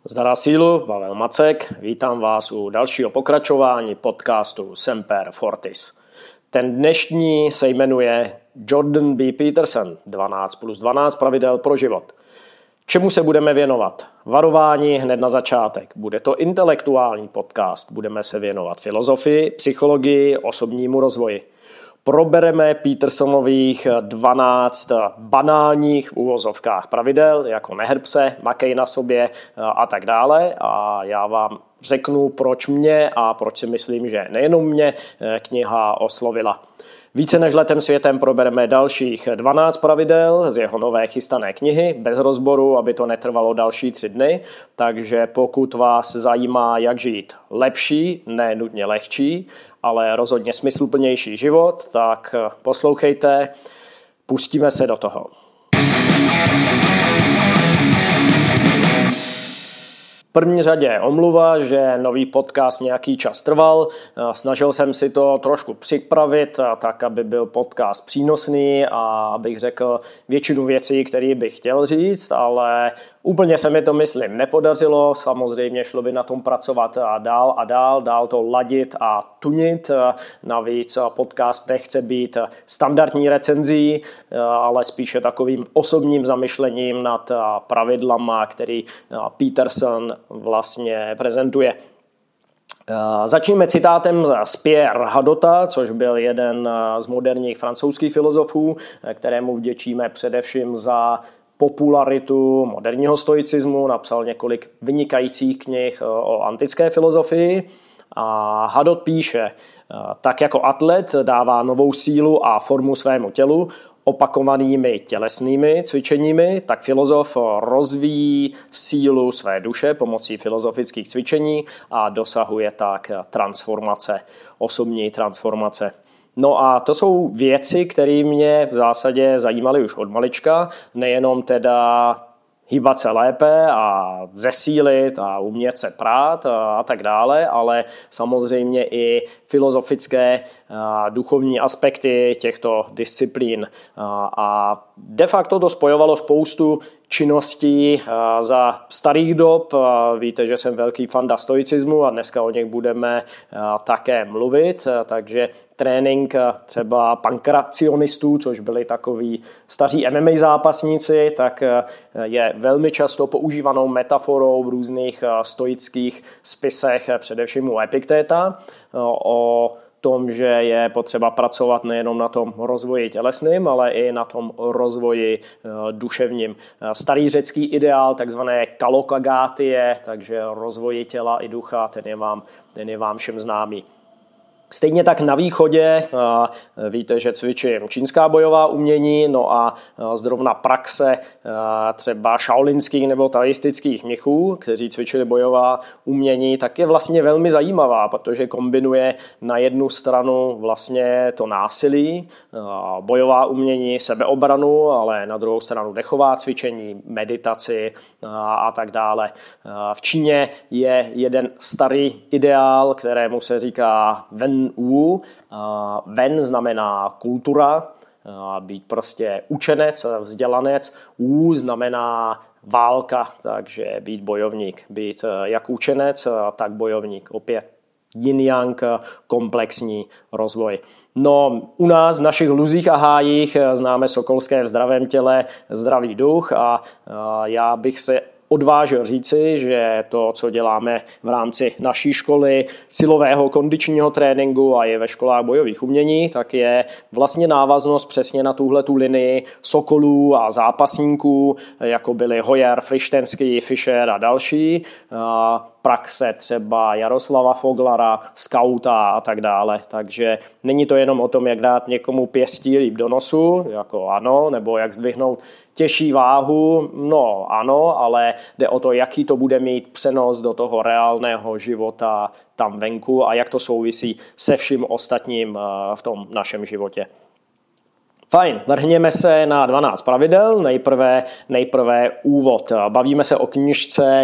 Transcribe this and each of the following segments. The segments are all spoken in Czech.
Zdar sílu, Pavel Macek, vítám vás u dalšího pokračování podcastu Semper Fortis. Ten dnešní se jmenuje Jordan B. Peterson, 12+12 pravidel pro život. Čemu se budeme věnovat? Varování hned na začátek. Bude to intelektuální podcast, budeme se věnovat filozofii, psychologii, osobnímu rozvoji. Probereme Petersonových 12 banálních v uvozovkách pravidel, jako nehrb se, makej na sobě a tak dále. A já vám řeknu, proč mě a proč si myslím, že nejenom mě kniha oslovila. Více než letem světem probereme dalších 12 pravidel z jeho nové chystané knihy, bez rozboru, aby to netrvalo další 3 dny. Takže pokud vás zajímá, jak žít lepší, ne nutně lehčí, ale rozhodně smysluplnější život, tak poslouchejte, pustíme se do toho. V první řadě omluva, že nový podcast nějaký čas trval. Snažil jsem si to trošku připravit, tak aby byl podcast přínosný a abych řekl většinu věcí, které bych chtěl říct, ale úplně se mi to, myslím, nepodařilo. Samozřejmě šlo by na tom pracovat dál to ladit a tunit. Navíc podcast nechce být standardní recenzí, ale spíše takovým osobním zamyšlením nad pravidlama, který Peterson vlastně prezentuje. Začneme citátem z Pierre Hadota, což byl jeden z moderních francouzských filozofů, kterému vděčíme především za popularitu moderního stoicismu, napsal několik vynikajících knih o antické filozofii. A Hadot píše, tak jako atlet dává novou sílu a formu svému tělu, opakovanými tělesnými cvičeními, tak filozof rozvíjí sílu své duše pomocí filozofických cvičení a dosahuje tak transformace, osobní transformace. No a to jsou věci, které mě v zásadě zajímaly už od malička, nejenom teda hýbat se lépe a zesílit a umět se prát a tak dále, ale samozřejmě i filozofické duchovní aspekty těchto disciplín. A de facto to spojovalo spoustu činností za starých dob. Víte, že jsem velký fanda stoicismu a dneska o nich budeme také mluvit, takže trénink třeba pankracionistů, což byli takoví staří MMA zápasníci, tak je velmi často používanou metaforou v různých stoických spisech, především u Epiktéta, o tom, že je potřeba pracovat nejenom na tom rozvoji tělesným, ale i na tom rozvoji duševním. Starý řecký ideál, takzvané kalokagátie, takže rozvoji těla i ducha, ten je vám všem známý. Stejně tak na východě, víte, že cvičím čínská bojová umění, no a zrovna praxe třeba šaolinských nebo taoistických mnichů, kteří cvičili bojová umění, tak je vlastně velmi zajímavá, protože kombinuje na jednu stranu vlastně to násilí, bojová umění, sebeobranu, ale na druhou stranu dechová cvičení, meditaci a tak dále. V Číně je jeden starý ideál, kterému se říká Wen Wu. Wen znamená kultura, být prostě učenec, vzdělanec. Wu znamená válka, takže být bojovník. Být jak učenec, tak bojovník. Opět yin-yang, komplexní rozvoj. No, u nás v našich luzích a hájích známe Sokolské v zdravém těle, zdravý duch a já bych se odvážil říci, že to, co děláme v rámci naší školy silového kondičního tréninku a je ve školách bojových umění, tak je vlastně návaznost přesně na tuhletu linii sokolů a zápasníků, jako byli Hoyer, Frištenský, Fischer a další. Praxe třeba Jaroslava Foglara, skauta a tak dále. Takže není to jenom o tom, jak dát někomu pěstí líp do nosu, jako ano, nebo jak zdvihnout těžší váhu, no ano, ale jde o to, jaký to bude mít přenos do toho reálného života tam venku a jak to souvisí se vším ostatním v tom našem životě. Fajn, vrhněme se na 12 pravidel. Nejprve úvod. Bavíme se o knižce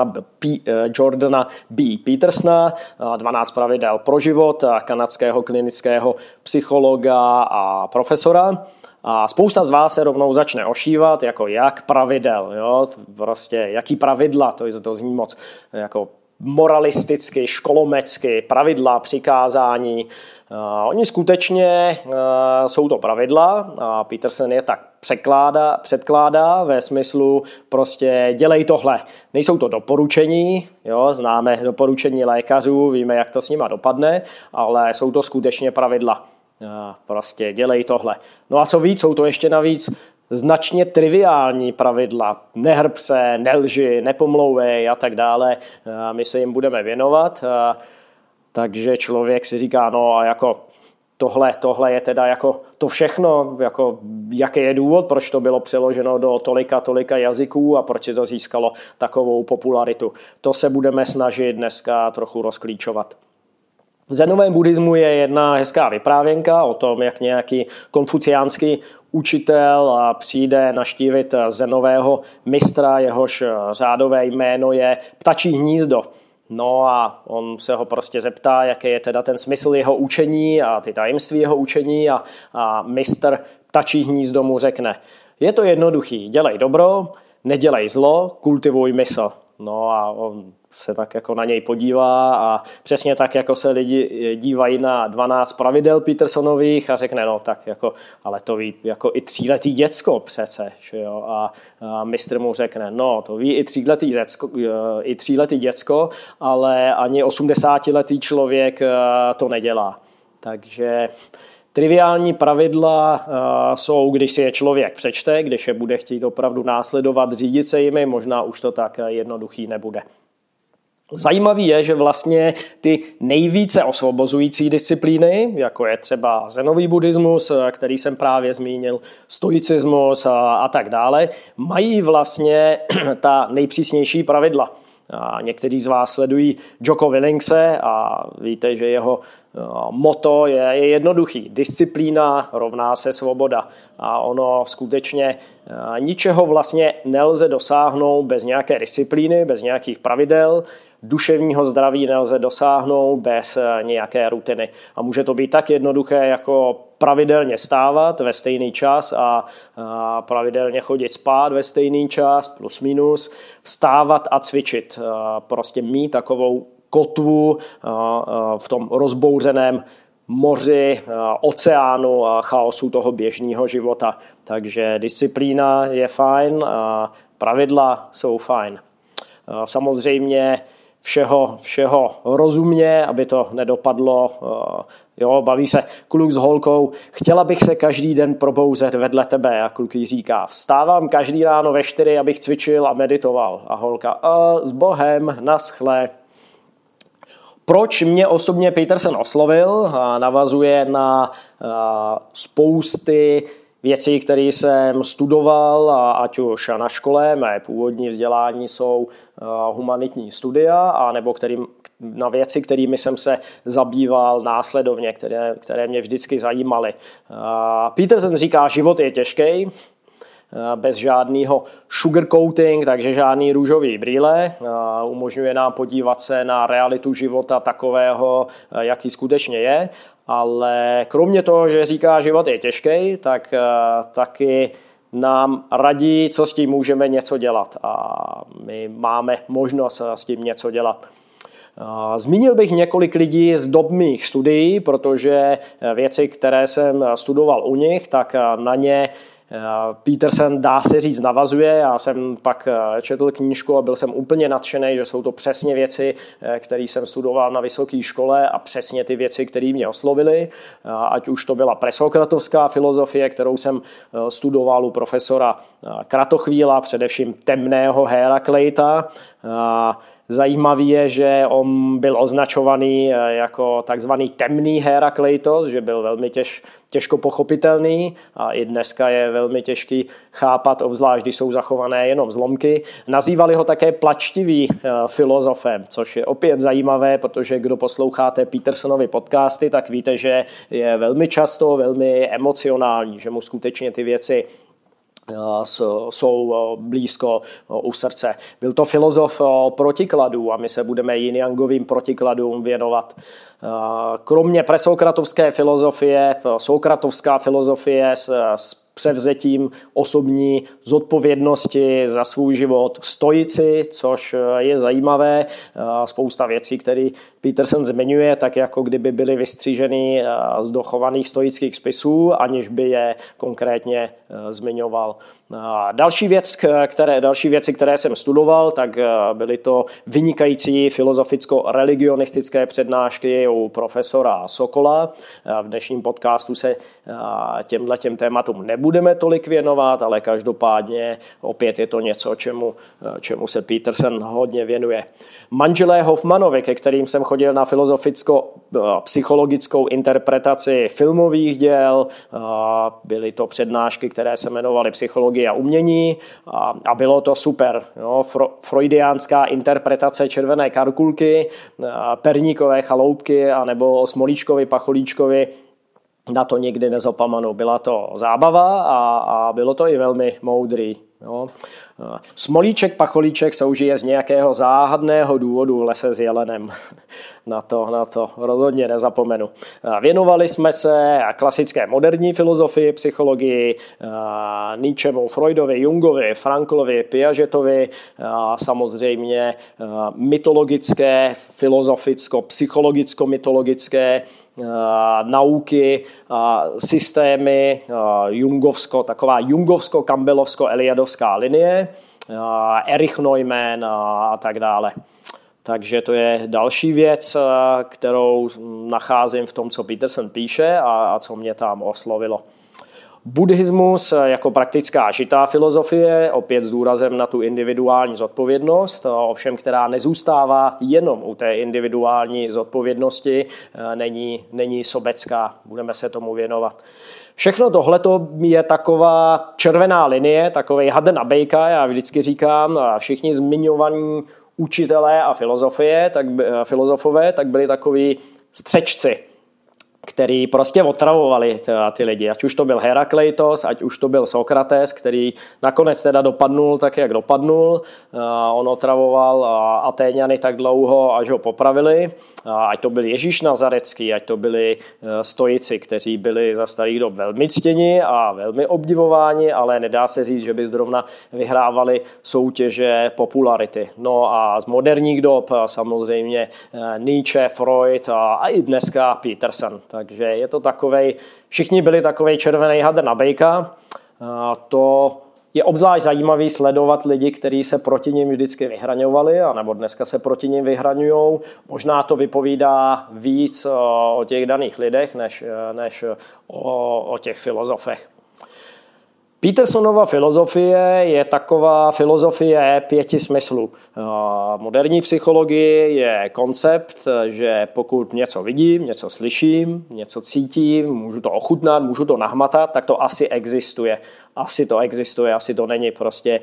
Jordana B. Petersona, 12 pravidel pro život, kanadského klinického psychologa a profesora. A spousta z vás se rovnou začne ošívat, jako jak pravidel, jo? Prostě jaký pravidla, to zní moc jako moralisticky, školomecky, pravidla, přikázání. Oni skutečně jsou to pravidla a Peterson je tak předkládá ve smyslu prostě dělej tohle. Nejsou to doporučení, jo, známe doporučení lékařů, víme, jak to s nima dopadne, ale jsou to skutečně pravidla. Prostě dělej tohle. No a co víc, jsou to ještě navíc značně triviální pravidla. Nehrb se, nelži, nepomlouvej a tak dále. My se jim budeme věnovat. Takže člověk si říká, no a jako tohle je teda jako to všechno, jako jaký je důvod, proč to bylo přeloženo do tolika jazyků a proč to získalo takovou popularitu. To se budeme snažit dneska trochu rozklíčovat. V zenovém buddhismu je jedna hezká vyprávěnka o tom, jak nějaký konfuciánský učitel přijde navštívit zenového mistra, jehož řádové jméno je Ptačí hnízdo. No a on se ho prostě zeptá, jaký je teda ten smysl jeho učení a ty tajemství jeho učení a mistr Ptačí hnízdo mu řekne, je to jednoduchý, dělej dobro, nedělej zlo, kultivuj mysl. No a on se tak jako na něj podívá a přesně tak, jako se lidi dívají na 12 pravidel Petersonových a řekne, no tak jako, ale to ví jako i 3letý děcko přece, že jo? A mistr mu řekne, no to ví i 3letý děcko, ale ani 80letý člověk to nedělá. Takže triviální pravidla jsou, když si je člověk přečte, když je bude chtít opravdu následovat, řídit se jimi, možná už to tak jednoduchý nebude. Zajímavý je, že vlastně ty nejvíce osvobozující disciplíny, jako je třeba zenový buddhismus, který jsem právě zmínil, stoicismus a tak dále, mají vlastně ta nejpřísnější pravidla. A někteří z vás sledují Jocko Willingse a víte, že jeho motto je jednoduchý. Disciplína rovná se svoboda. A ono skutečně ničeho vlastně nelze dosáhnout bez nějaké disciplíny, bez nějakých pravidel. Duševního zdraví nelze dosáhnout bez nějaké rutiny. A může to být tak jednoduché, jako pravidelně stávat ve stejný čas a pravidelně chodit spát ve stejný čas, plus minus, vstávat a cvičit. Prostě mít takovou kotvu v tom rozbouřeném moři, oceánu a chaosu toho běžného života. Takže disciplína je fajn, pravidla jsou fajn. Samozřejmě všeho rozumně, aby to nedopadlo, baví se kluk s holkou, chtěla bych se každý den probouzet vedle tebe a kluk jí říká, vstávám každý ráno ve 4, abych cvičil a meditoval a holka, s Bohem, naschle. Proč mě osobně Peterson oslovil? Navazuje na spousty věcí, které jsem studoval, ať už na škole, mé původní vzdělání jsou humanitní studia, anebo na věci, kterými jsem se zabýval následovně, které mě vždycky zajímaly. Peterson říká, život je těžký, bez žádného sugarcoating, takže žádný růžový brýle. Umožňuje nám podívat se na realitu života takového, jaký skutečně je. Ale kromě toho, že říká, život je těžký, tak taky nám radí, co s tím můžeme něco dělat. A my máme možnost s tím něco dělat. Zmínil bych několik lidí z dob mých studií, protože věci, které jsem studoval u nich, tak na ně Peterson, dá se říct, navazuje. Já jsem pak četl knížku a byl jsem úplně nadšený, že jsou to přesně věci, které jsem studoval na vysoké škole a přesně ty věci, které mě oslovily. Ať už to byla presokratovská filozofie, kterou jsem studoval u profesora Kratochvíla, především temného Herakleita. Zajímavý je, že on byl označovaný jako takzvaný temný Herakleitos, že byl velmi těžko pochopitelný a i dneska je velmi těžký chápat, obzvlášť když jsou zachované jenom zlomky. Nazývali ho také plačtivý filozofem, což je opět zajímavé, protože kdo posloucháte Petersonovy podcasty, tak víte, že je velmi často velmi emocionální, že mu skutečně ty věci jsou blízko u srdce. Byl to filozof protikladů a my se budeme yin-yangovým protikladům věnovat. Kromě presokratovské filozofie, sokratovská filozofie převzetím osobní zodpovědnosti za svůj život. Stoici, což je zajímavé, spousta věcí, které Peterson zmiňuje, tak jako kdyby byly vystříženy z dochovaných stoických spisů, aniž by je konkrétně zmiňoval. Další věci, které jsem studoval, tak byly to vynikající filozoficko-religionistické přednášky u profesora Sokola. V dnešním podcastu se těmhletěm tématům nebudeme tolik věnovat, ale každopádně opět je to něco, čemu se Peterson hodně věnuje. Manželé Hoffmanovi, ke kterým jsem chodil na filozoficko-psychologickou interpretaci filmových děl, byly to přednášky, které se jmenovaly Psychologie a umění a bylo to super. Jo? Freudiánská interpretace červené karkulky, perníkové chaloupky anebo Smolíčkovi, Pacholíčkovi, na to nikdy nezapomenu. Byla to zábava a bylo to i velmi moudrý. Jo. Smolíček, Pacholíček soužije z nějakého záhadného důvodu v lese s jelenem. Na to rozhodně nezapomenu. Věnovali jsme se klasické moderní filozofii, psychologii, Nietzschemu, Freudovi, Jungovi, Franklovi, Piagetovi, samozřejmě mytologické, filozoficko-psychologicko-mytologické nauky, systémy, taková jungovsko-kambelovsko-eliadovská linie, Erich Neumann a tak dále. Takže to je další věc, kterou nacházím v tom, co Peterson píše a co mě tam oslovilo. Buddhismus jako praktická žitá filozofie, opět s důrazem na tu individuální zodpovědnost, ovšem která nezůstává jenom u té individuální zodpovědnosti, není sobecká, budeme se tomu věnovat. Všechno tohleto je taková červená linie, takovej haden a bejka, já vždycky říkám, všichni zmiňovaní učitelé a filozofové, tak byli takoví střečci, který prostě otravovali ty lidi. Ať už to byl Herakleitos, ať už to byl Sokrates, který nakonec teda dopadnul tak, jak dopadnul. On otravoval Atéňany tak dlouho, až ho popravili. Ať to byl Ježíš Nazarecký, ať to byli stoici, kteří byli za starých dob velmi ctěni a velmi obdivováni, ale nedá se říct, že by zrovna vyhrávali soutěže popularity. No a z moderních dob samozřejmě Nietzsche, Freud a i dneska Peterson. Takže je to všichni byli takovej červený hadr na bejka. To je obzvlášť zajímavý sledovat lidi, kteří se proti nim vždycky vyhraňovali, anebo dneska se proti nim vyhraňujou. Možná to vypovídá víc o těch daných lidech, než o těch filozofech. Petersonova filozofie je taková filozofie 5 smyslů. Moderní psychologii je koncept, že pokud něco vidím, něco slyším, něco cítím, můžu to ochutnat, můžu to nahmatat, tak to asi existuje. Asi to není prostě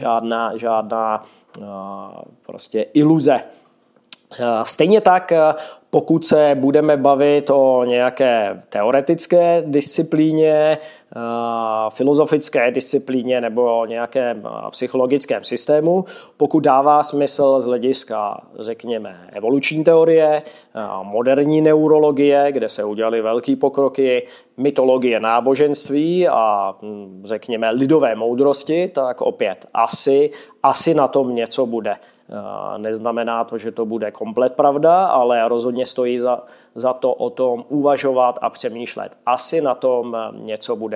žádná prostě iluze. Stejně tak, pokud se budeme bavit o nějaké teoretické disciplíně, filozofické disciplíně nebo o nějakém psychologickém systému, pokud dává smysl z hlediska, řekněme, evoluční teorie, moderní neurologie, kde se udělaly velký pokroky, mytologie náboženství a řekněme lidové moudrosti, tak opět asi na tom něco bude. Neznamená to, že to bude komplet pravda, ale rozhodně stojí za to o tom uvažovat a přemýšlet. Asi na tom něco bude.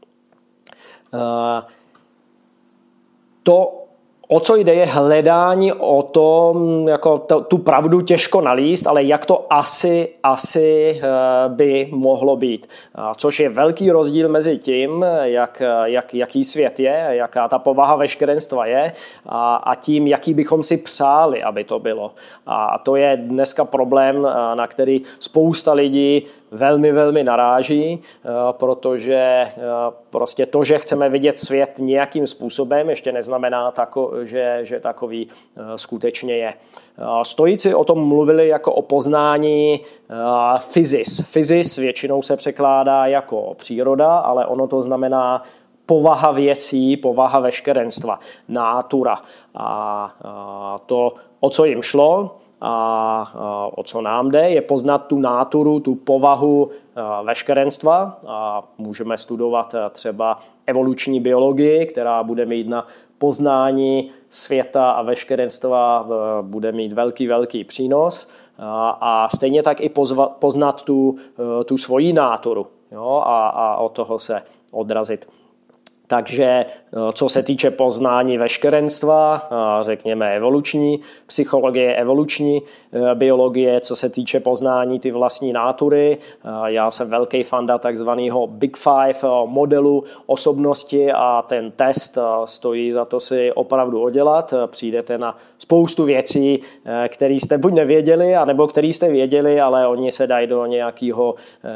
To, o co jde, je hledání o tom, jako tu pravdu těžko nalíst, ale jak to asi by mohlo být. Což je velký rozdíl mezi tím, jaký svět je, jaká ta povaha veškerenstva je a tím, jaký bychom si přáli, aby to bylo. A to je dneska problém, na který spousta lidí velmi, velmi naráží, protože prostě to, že chceme vidět svět nějakým způsobem, ještě neznamená, že takový skutečně je. Stoici o tom mluvili jako o poznání fyzis. Fyzis většinou se překládá jako příroda, ale ono to znamená povaha věcí, povaha veškerenstva, natura. A to, o co jim šlo, A o co nám jde, je poznat tu náturu, tu povahu veškerenstva. A můžeme studovat třeba evoluční biologii, která bude mít na poznání světa a veškerenstva bude mít velký přínos. A stejně tak i poznat tu svoji náturu, jo, a od toho se odrazit. Takže co se týče poznání veškerenstva, řekněme evoluční psychologie, evoluční biologie, co se týče poznání ty vlastní nátury, já jsem velký fanda takzvaného Big Five modelu osobnosti a ten test stojí za to si opravdu odělat. Přijdete na spoustu věcí, které jste buď nevěděli, anebo které jste věděli, ale oni se dají do nějakého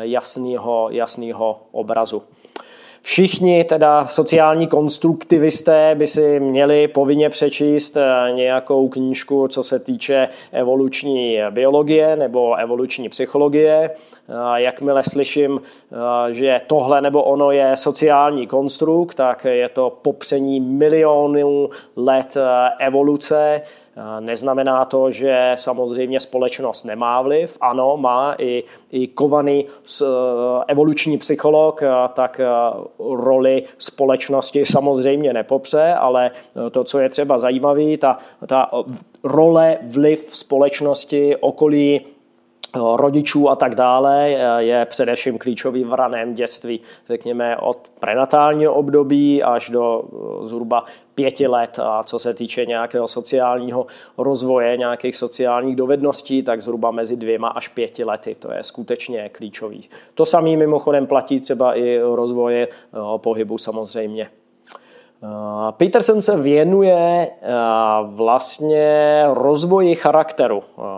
jasného obrazu. Všichni teda sociální konstruktivisté by si měli povinně přečíst nějakou knížku, co se týče evoluční biologie nebo evoluční psychologie. Jakmile slyším, že tohle nebo ono je sociální konstrukt, tak je to popření milionů let evoluce. Neznamená to, že samozřejmě společnost nemá vliv. Ano, má i kovaný evoluční psycholog, tak roli společnosti samozřejmě nepopře, ale to, co je třeba zajímavé, ta role, vliv společnosti, okolí, rodičů a tak dále je především klíčový v raném dětství. Řekněme od prenatálního období až do zhruba 5 let. A co se týče nějakého sociálního rozvoje, nějakých sociálních dovedností, tak zhruba mezi 2 až 5 lety. To je skutečně klíčový. To samé mimochodem platí třeba i rozvoje pohybu samozřejmě. Peterson se věnuje vlastně rozvoji charakteru,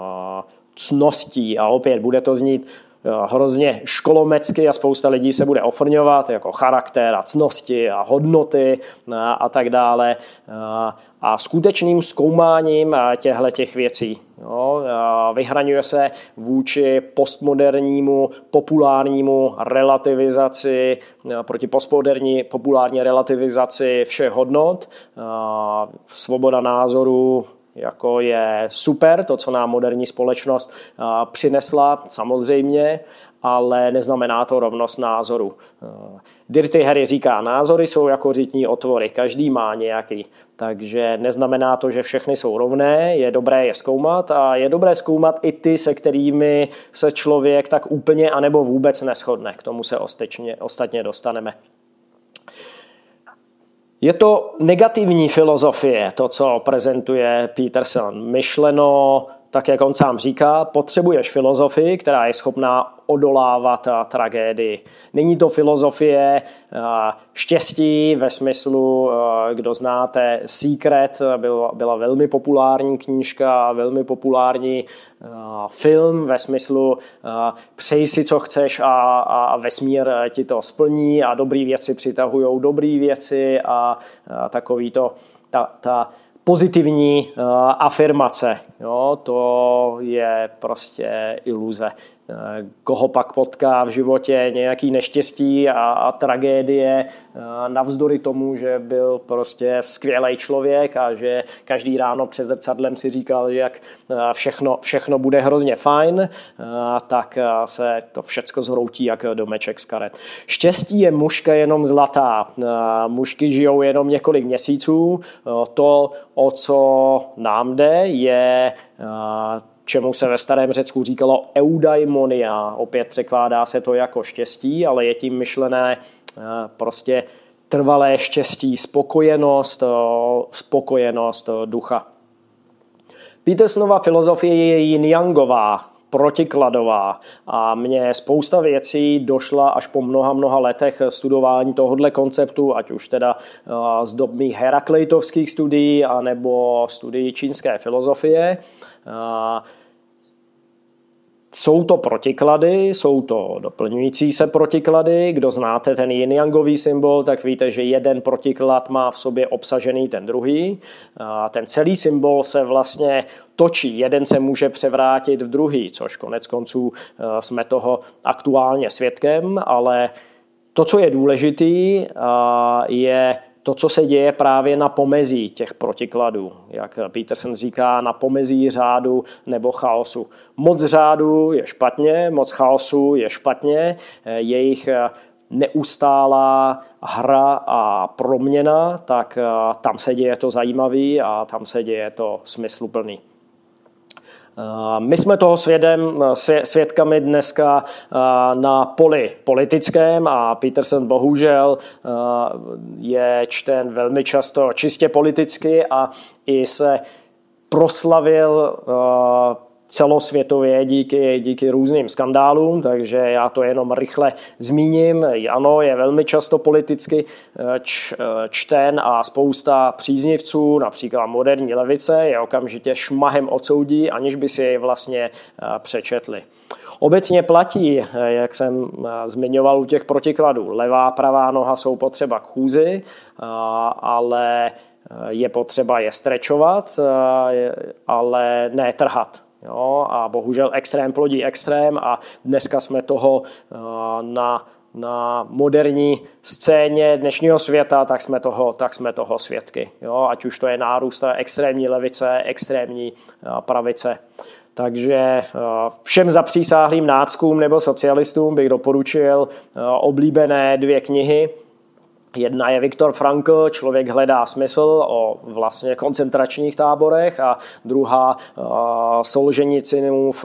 cností a opět bude to znít hrozně školomecky a spousta lidí se bude ofrňovat jako charakter a cnosti a hodnoty a tak dále. A skutečným zkoumáním těch věcí vyhraňuje se vůči postmodernímu populárnímu relativizaci, proti postmoderní populární relativizaci všech hodnot, svoboda názoru, jako je super, to, co nám moderní společnost přinesla, samozřejmě, ale neznamená to rovnost názoru. Dirty Harry říká, názory jsou jako řitní otvory, každý má nějaký, takže neznamená to, že všechny jsou rovné, je dobré je zkoumat a je dobré zkoumat i ty, se kterými se člověk tak úplně anebo vůbec neshodne. K tomu se ostatně dostaneme. Je to negativní filozofie, to, co prezentuje Peterson. Myšleno, tak jak on sám říká, potřebuješ filozofii, která je schopná odolávat tragédii. Není to filozofie štěstí ve smyslu, kdo znáte Secret, byla velmi populární knížka, velmi populární film ve smyslu přeji si, co chceš a vesmír ti to splní a dobrý věci přitahujou dobrý věci a takový to ta pozitivní afirmace. Jo, to je prostě iluze. Koho pak potká v životě nějaký neštěstí a tragédie navzdory tomu, že byl prostě skvělý člověk a že každý ráno před zrcadlem si říkal, že jak všechno bude hrozně fajn, tak se to všecko zhroutí jak domeček z karet. Štěstí je muška jenom zlatá. Mušky žijou jenom několik měsíců. To, o co nám jde, je čemu se ve starém Řecku říkalo eudaimonia. Opět překládá se to jako štěstí, ale je tím myšlené prostě trvalé štěstí, spokojenost ducha. Petersonova filozofie je yin-yangová, protikladová a mně spousta věcí došla až po mnoha letech studování tohohle konceptu, ať už teda z dob mých herakleitovských studií anebo studií čínské filozofie. Jsou to protiklady, jsou to doplňující se protiklady. Kdo znáte ten yin-yangový symbol, tak víte, že jeden protiklad má v sobě obsažený ten druhý. Ten celý symbol se vlastně točí. Jeden se může převrátit v druhý, což konec konců jsme toho aktuálně svědkem, ale to, co je důležitý, je to, co se děje právě na pomezí těch protikladů. Jak Peterson říká, na pomezí řádu nebo chaosu. Moc řádu je špatně, moc chaosu je špatně, jejich neustálá hra a proměna, tak tam se děje to zajímavý a tam se děje to smysluplný. My jsme toho svědkami dneska na poli politickém a Peterson bohužel je čten velmi často čistě politicky a i se proslavil celosvětově díky různým skandálům, takže já to jenom rychle zmíním. Ano, je velmi často politicky čten a spousta příznivců, například moderní levice, je okamžitě šmahem odsoudí, aniž by si jej vlastně přečetli. Obecně platí, jak jsem zmiňoval u těch protikladů, levá, pravá noha jsou potřeba k chůzi, ale je potřeba je strečovat, ale ne trhat. Jo, a bohužel extrém plodí extrém a dneska jsme toho na moderní scéně dnešního světa, tak jsme toho svědky. Jo, ať už to je nárůst extrémní levice, extrémní pravice. Takže všem zapřísáhlým náckům nebo socialistům bych doporučil oblíbené 2 knihy. Jedna je Viktor Frankl, Člověk hledá smysl, o vlastně koncentračních táborech, a druhá Solženicynův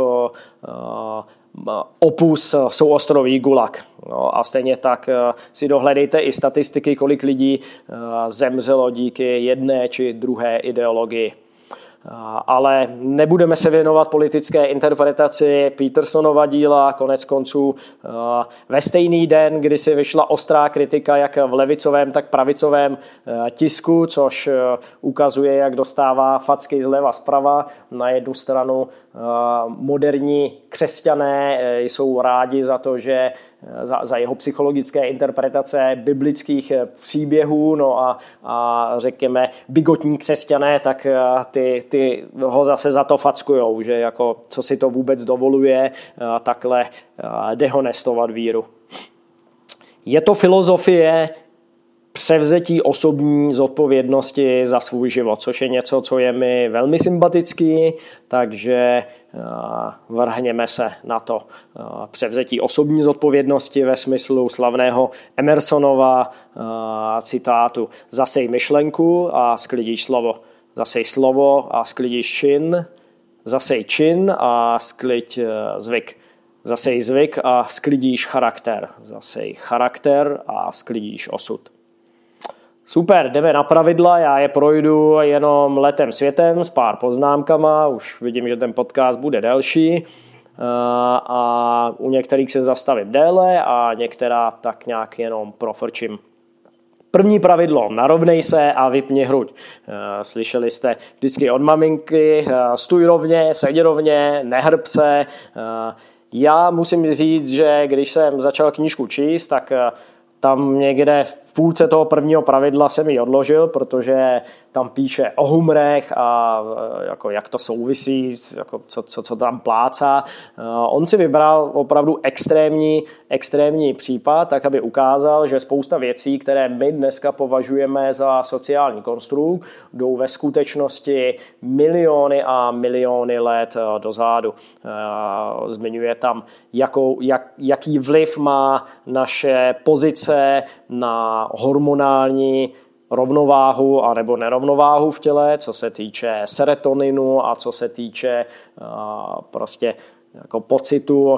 opus Souostroví Gulag. No, a stejně tak si dohledejte i statistiky, kolik lidí zemřelo díky jedné či druhé ideologii. Ale nebudeme se věnovat politické interpretaci Petersonova díla, konec konců ve stejný den, kdy si vyšla ostrá kritika jak v levicovém, tak pravicovém tisku, což ukazuje, jak dostává facky zleva zprava. Na jednu stranu moderní křesťané jsou rádi za to, že za jeho psychologické interpretace biblických příběhů, no a řekněme bigotní křesťané, tak ty ho zase za to fackujou, že jako co si to vůbec dovoluje takhle dehonestovat víru. Je to filozofie převzetí osobní zodpovědnosti za svůj život, což je něco, co je mi velmi sympatický, takže vrhněme se na to. Převzetí osobní zodpovědnosti ve smyslu slavného Emersonova citátu: zasej myšlenku a sklidíš slovo. Zasej slovo a sklidíš čin. Zasej čin a skliď zvyk. Zasej zvyk a sklidíš charakter. Zasej charakter a sklidíš osud. Super, jdeme na pravidla, já je projdu jenom letem světem s pár poznámkama, už vidím, že ten podcast bude delší a u některých se zastavím déle a některá tak nějak jenom profrčím. První pravidlo, narovnej se a vypni hruď. Slyšeli jste vždycky od maminky, stůj rovně, seď rovně, nehrb se. Já musím říct, že když jsem začal knížku číst, tak tam někde v půlce toho prvního pravidla jsem ji odložil, protože tam píše o humrech a jako jak to souvisí, jako co tam plácá. On si vybral opravdu extrémní případ, tak aby ukázal, že spousta věcí, které my dneska považujeme za sociální konstrukt, jdou ve skutečnosti miliony a miliony let dozadu. Zmiňuje tam, jaký vliv má naše pozice na hormonální rovnováhu anebo nerovnováhu v těle, co se týče serotoninu a co se týče prostě jako pocitu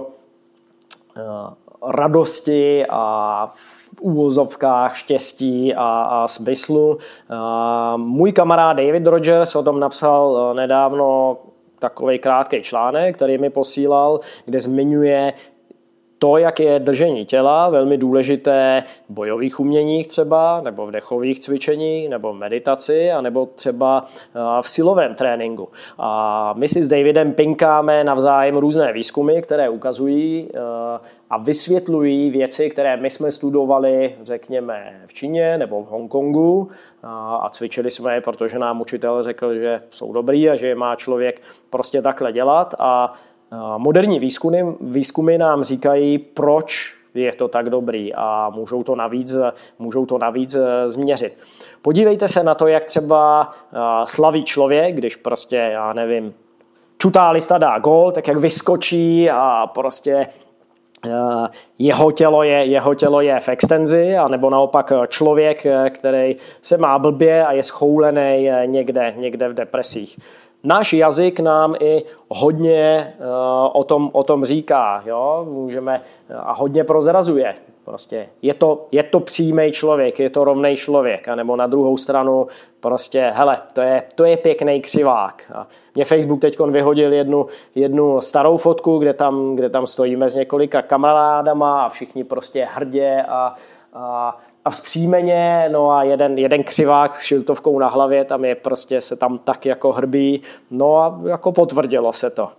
radosti a v úvozovkách štěstí a smyslu. Můj kamarád David Rogers o tom napsal nedávno takovej krátký článek, který mi posílal, kde zmiňuje to, jak je držení těla velmi důležité v bojových uměních třeba, nebo v dechových cvičeních, nebo v meditaci, anebo třeba v silovém tréninku. A my si s Davidem pinkáme navzájem různé výzkumy, které ukazují a vysvětlují věci, které my jsme studovali, řekněme, v Číně nebo v Hongkongu a cvičili jsme je, protože nám učitel řekl, že jsou dobrý a že je má člověk prostě takhle dělat. A moderní výzkumy nám říkají, proč je to tak dobrý a můžou to navíc změřit. Podívejte se na to, jak třeba slaví člověk, když prostě, já nevím, čutá lista dá gól, tak jak vyskočí a prostě jeho tělo je v extenzi, anebo naopak člověk, který se má blbě a je schoulený někde v depresích. Náš jazyk nám i hodně o tom říká, jo? A hodně prozrazuje. Prostě je to přímý člověk, je to rovnej člověk, anebo na druhou stranu prostě, hele, to je pěkný křivák. A mě Facebook teďkon vyhodil jednu starou fotku, kde tam stojíme s několika kamarádama a všichni prostě hrdě a vzpřímeně, no a jeden křivák s šiltovkou na hlavě, tam je prostě se tam tak jako hrbí, no a jako potvrdilo se to.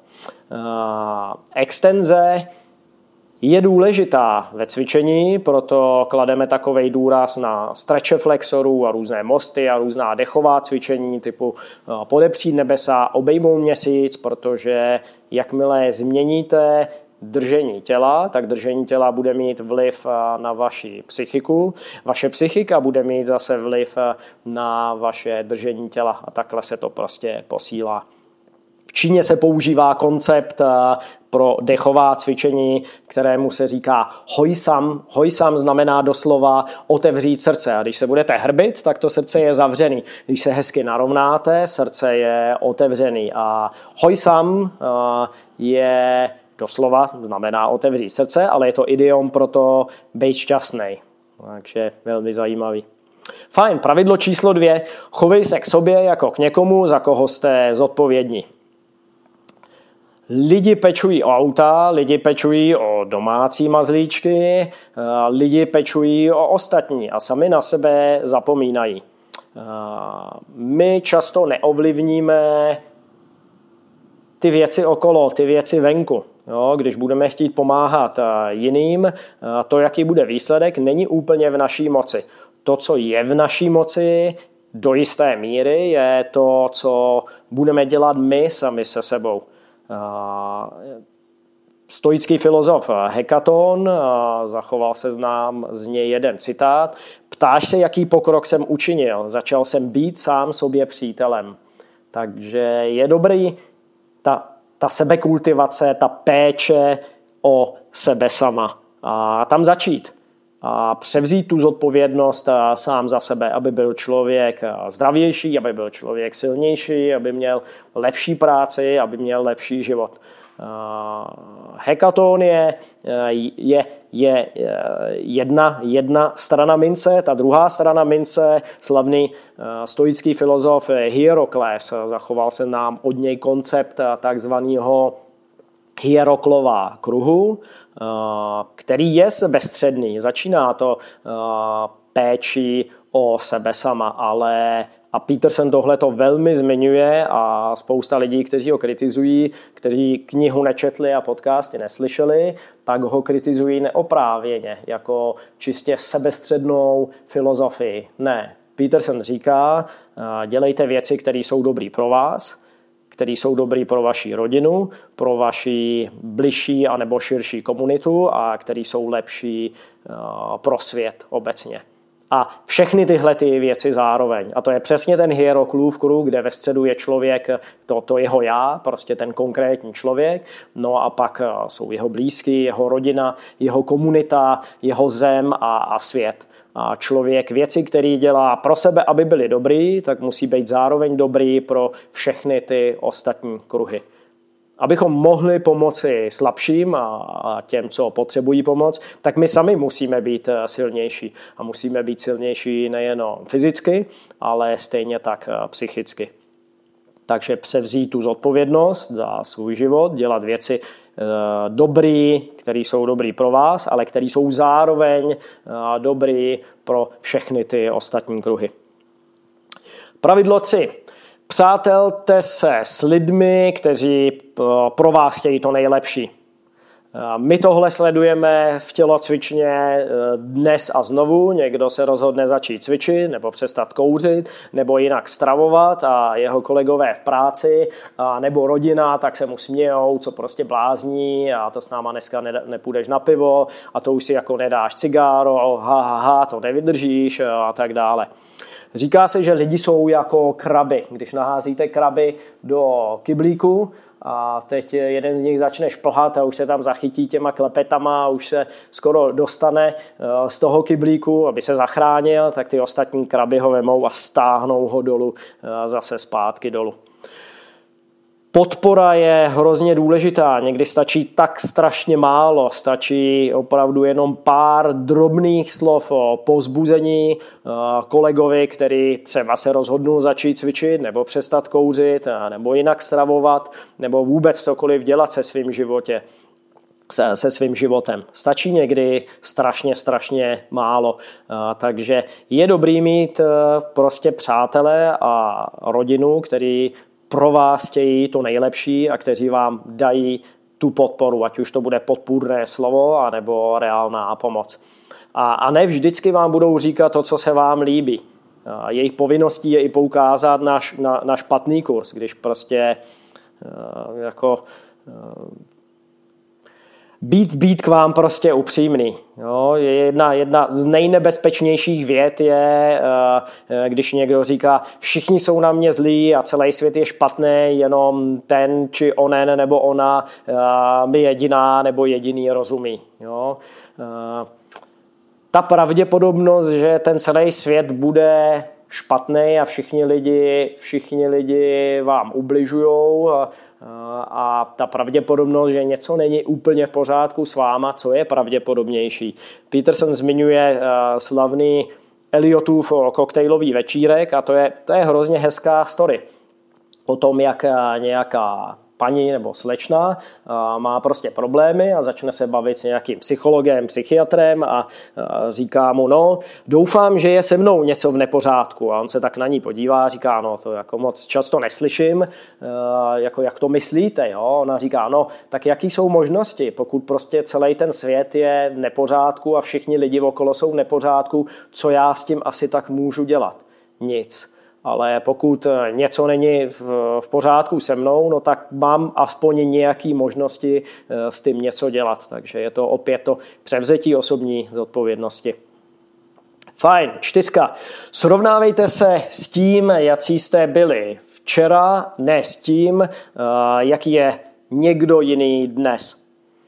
Extenze je důležitá ve cvičení, proto klademe takovej důraz na stretche flexorů a různé mosty a různá dechová cvičení typu podepřít nebesa, obejmout měsíc, protože jakmile změníte držení těla, tak držení těla bude mít vliv na vaši psychiku. Vaše psychika bude mít zase vliv na vaše držení těla a takhle se to prostě posílá. V Číně se používá koncept pro dechová cvičení, kterému se říká hojsam. Hojsam znamená doslova otevřít srdce. A když se budete hrbit, tak to srdce je zavřený. Když se hezky narovnáte, srdce je otevřený. A hojsam je doslova, znamená otevřít srdce, ale je to idiom pro to být šťastný. Takže velmi zajímavý. Fajn, pravidlo číslo 2. Chovej se k sobě jako k někomu, za koho jste zodpovědní. Lidi pečují o auta, lidi pečují o domácí mazlíčky, lidi pečují o ostatní a sami na sebe zapomínají. My často neovlivníme ty věci okolo, ty věci venku. Jo, když budeme chtít pomáhat jiným, to, jaký bude výsledek, není úplně v naší moci. To, co je v naší moci, do jisté míry, je to, co budeme dělat my sami se sebou. Stoický filozof Hekaton, zachoval se nám z něj jeden citát. Ptáš se, jaký pokrok jsem učinil. Začal jsem být sám sobě přítelem. Takže je dobrý ta sebekultivace, ta péče o sebe sama. A tam začít. A převzít tu zodpovědnost sám za sebe, aby byl člověk zdravější, aby byl člověk silnější, aby měl lepší práci, aby měl lepší život. Hekaton je jedna strana mince, ta druhá strana mince, slavný stoický filozof Hierokles, zachoval se nám od něj koncept takzvaného Hieroklova kruhu, který je sebestředný. Začíná to péči o sebe sama, a Peterson tohleto velmi zmiňuje a spousta lidí, kteří ho kritizují, kteří knihu nečetli a podcasty neslyšeli, tak ho kritizují neoprávněně, jako čistě sebestřednou filozofii. Ne, Peterson říká, dělejte věci, které jsou dobrý pro vás, které jsou dobrý pro vaši rodinu, pro vaši bližší anebo širší komunitu a které jsou lepší pro svět obecně. A všechny tyhle ty věci zároveň. A to je přesně ten Hieroklův kruh, kde ve středu je člověk, to jeho já, prostě ten konkrétní člověk. No a pak jsou jeho blízký, jeho rodina, jeho komunita, jeho zem a svět. A člověk věci, které dělá pro sebe, aby byly dobrý, tak musí být zároveň dobrý pro všechny ty ostatní kruhy. Abychom mohli pomoci slabším a těm, co potřebují pomoc, tak my sami musíme být silnější. A musíme být silnější nejenom fyzicky, ale stejně tak psychicky. Takže převzít tu zodpovědnost za svůj život, dělat věci dobrý, které jsou dobrý pro vás, ale které jsou zároveň dobrý pro všechny ty ostatní kruhy. Pravidlo 3. Přátelte se s lidmi, kteří pro vás chtějí to nejlepší. My tohle sledujeme v tělocvičně dnes a znovu. Někdo se rozhodne začít cvičit nebo přestat kouřit nebo jinak stravovat a jeho kolegové v práci nebo rodina, tak se mu smějou, co prostě blázní a to s náma dneska nepůjdeš na pivo a to už si jako nedáš cigáro, to nevydržíš a tak dále. Říká se, že lidi jsou jako kraby. Když naházíte kraby do kyblíku a teď jeden z nich začne šplhat a už se tam zachytí těma klepetama a už se skoro dostane z toho kyblíku, aby se zachránil, tak ty ostatní kraby ho vemou a stáhnou ho dolů, zase zpátky dolů. Podpora je hrozně důležitá, někdy stačí tak strašně málo, stačí opravdu jenom pár drobných slov o povzbuzení kolegovi, který třeba se rozhodnul začít cvičit nebo přestat kouřit nebo jinak stravovat nebo vůbec cokoliv dělat se svým životem. Stačí někdy strašně málo, takže je dobrý mít prostě přátele a rodinu, který pro vás chtějí to nejlepší a kteří vám dají tu podporu, ať už to bude podpůrné slovo, anebo reálná pomoc. A ne vždycky vám budou říkat to, co se vám líbí. Jejich povinností je i poukázat na špatný kurz, když prostě být k vám prostě upřímný. Jo, jedna z nejnebezpečnějších vět je, když někdo říká, všichni jsou na mě zlí a celý svět je špatný, jenom ten či onen nebo ona mi jediná nebo jediný rozumí. Jo. Ta pravděpodobnost, že ten celý svět bude špatný a všichni lidi vám ubližujou a ta pravděpodobnost, že něco není úplně v pořádku s váma, co je pravděpodobnější. Peterson zmiňuje slavný Eliotův koktejlový večírek a to je hrozně hezká story o tom, jak nějaká paní nebo slečna má prostě problémy a začne se bavit s nějakým psychologem, psychiatrem a říká mu, doufám, že je se mnou něco v nepořádku. A on se tak na ní podívá a říká, to jako moc často neslyším, jako jak to myslíte, jo? Ona říká, tak jaký jsou možnosti, pokud prostě celý ten svět je v nepořádku a všichni lidi okolo jsou v nepořádku, co já s tím asi tak můžu dělat? Nic. Ale pokud něco není v pořádku se mnou, tak mám aspoň nějaké možnosti s tím něco dělat. Takže je to opět to převzetí osobní zodpovědnosti. Fajn, 4. Srovnávejte se s tím, jaký jste byli včera, ne s tím, jaký je někdo jiný dnes.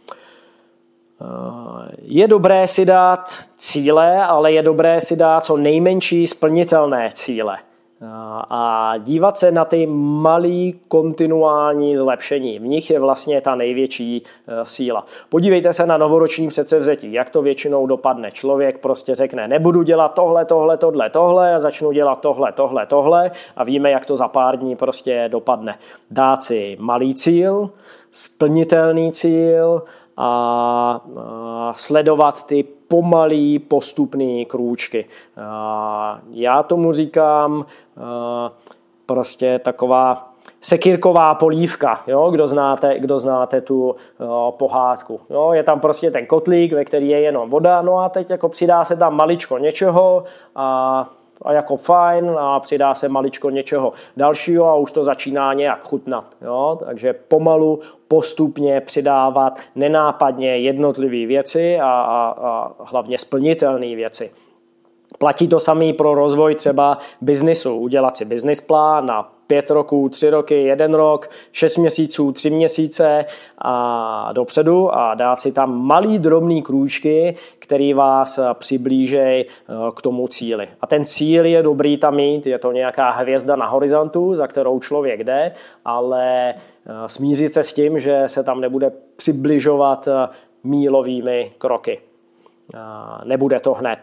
Je dobré si dát cíle, ale je dobré si dát co nejmenší splnitelné cíle. A dívat se na ty malý kontinuální zlepšení. V nich je vlastně ta největší síla. Podívejte se na novoroční předsevzetí, jak to většinou dopadne. Člověk prostě řekne, nebudu dělat tohle a začnu dělat tohle a víme, jak to za pár dní prostě dopadne. Dát si malý cíl, splnitelný cíl a sledovat ty pomalý postupný krůčky. Já tomu říkám prostě taková sekírková polívka, jo? Kdo znáte tu pohádku. Jo? Je tam prostě ten kotlík, ve který je jenom voda, a teď jako přidá se tam maličko něčeho a jako fajn a přidá se maličko něčeho dalšího a už to začíná nějak chutnat. Jo? Takže pomalu, postupně přidávat nenápadně jednotlivé věci a hlavně splnitelné věci. Platí to samé pro rozvoj třeba biznisu. Udělat si business plán na 5 roků, 3 roky, 1 rok, 6 měsíců, 3 měsíce a dopředu a dát si tam malý drobný krůčky, který vás přiblíží k tomu cíli. A ten cíl je dobrý tam mít, je to nějaká hvězda na horizontu, za kterou člověk jde, ale smířit se s tím, že se tam nebude přibližovat mílovými kroky. Nebude to hned.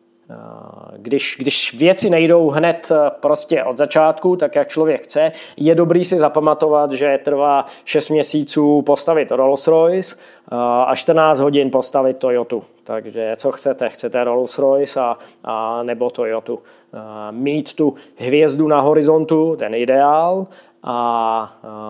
Když věci nejdou hned prostě od začátku, tak jak člověk chce, je dobrý si zapamatovat, že trvá 6 měsíců postavit Rolls-Royce a 14 hodin postavit Toyotu. Takže co chcete? Chcete Rolls-Royce a nebo Toyotu. Mít tu hvězdu na horizontu, ten ideál, a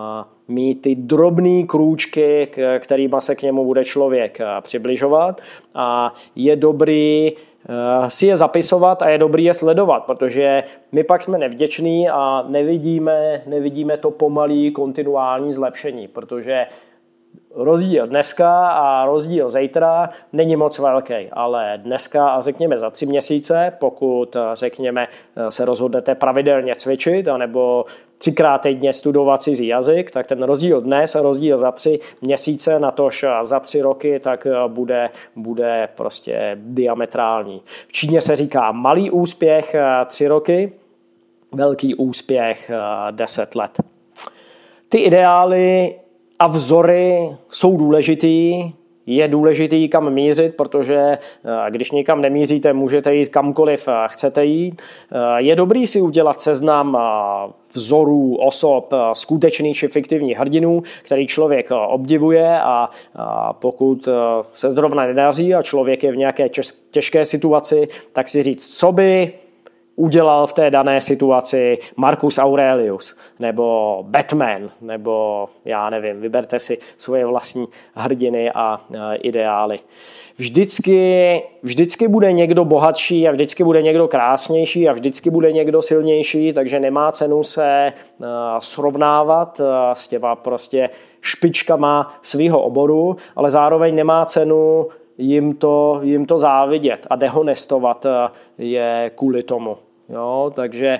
mít ty drobné krůčky, kterýma se k němu bude člověk přibližovat a je dobrý si je zapisovat a je dobrý je sledovat, protože my pak jsme nevděční a nevidíme to pomalý kontinuální zlepšení, protože rozdíl dneska a rozdíl zítra není moc velký, ale dneska a řekněme za 3 měsíce, pokud řekněme se rozhodnete pravidelně cvičit anebo 3krát týdně studovat cizí jazyk, tak ten rozdíl dnes a rozdíl za 3 měsíce, natož za 3 roky, tak bude prostě diametrální. V Číně se říká malý úspěch 3 roky, velký úspěch 10 let. Ty ideály a vzory jsou důležitý, je důležitý kam mířit, protože když nikam nemíříte, můžete jít kamkoliv chcete jít. Je dobrý si udělat seznam vzorů, osob, skutečných či fiktivních hrdinů, který člověk obdivuje a pokud se zrovna nedaří a člověk je v nějaké těžké situaci, tak si říct, co by udělal v té dané situaci Marcus Aurelius, nebo Batman, nebo já nevím, vyberte si svoje vlastní hrdiny a ideály. Vždycky bude někdo bohatší a vždycky bude někdo krásnější a vždycky bude někdo silnější, takže nemá cenu se srovnávat s těma prostě špičkama svýho oboru, ale zároveň nemá cenu jim to závidět a dehonestovat je kvůli tomu. Jo, takže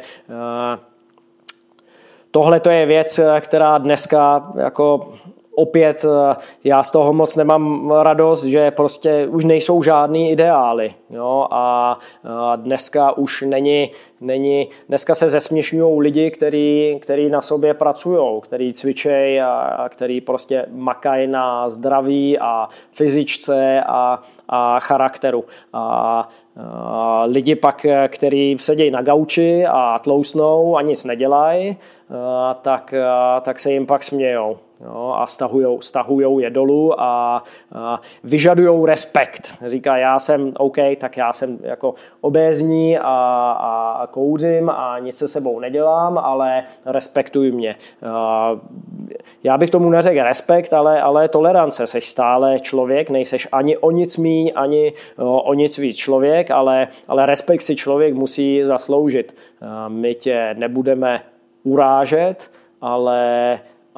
tohle to je věc, která dneska jako opět já z toho moc nemám radost, že prostě už nejsou žádný ideály. Jo, a dneska už dneska se zesměšňují lidi, který na sobě pracují, který cvičejí a který prostě makají na zdraví a fyzičce a charakteru. A lidi pak, který sedějí na gauči a tlousnou a nic nedělají, tak se jim pak smějou. Jo, a stahujou je dolů a vyžadujou respekt. Říká, já jsem OK, tak já jsem jako obézní a kouřím a nic se sebou nedělám, ale respektuj mě. Já bych tomu neřekl respekt, ale tolerance. Seš stále člověk, nejseš ani o nic míň, ani o nic víc člověk, ale respekt si člověk musí zasloužit. My tě nebudeme urážet, ale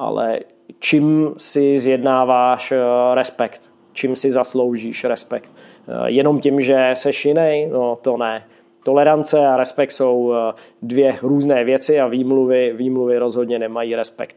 čím si zjednáváš respekt, čím si zasloužíš respekt. Jenom tím, že seš jiný, no to ne. Tolerance a respekt jsou 2 různé věci a výmluvy rozhodně nemají respekt.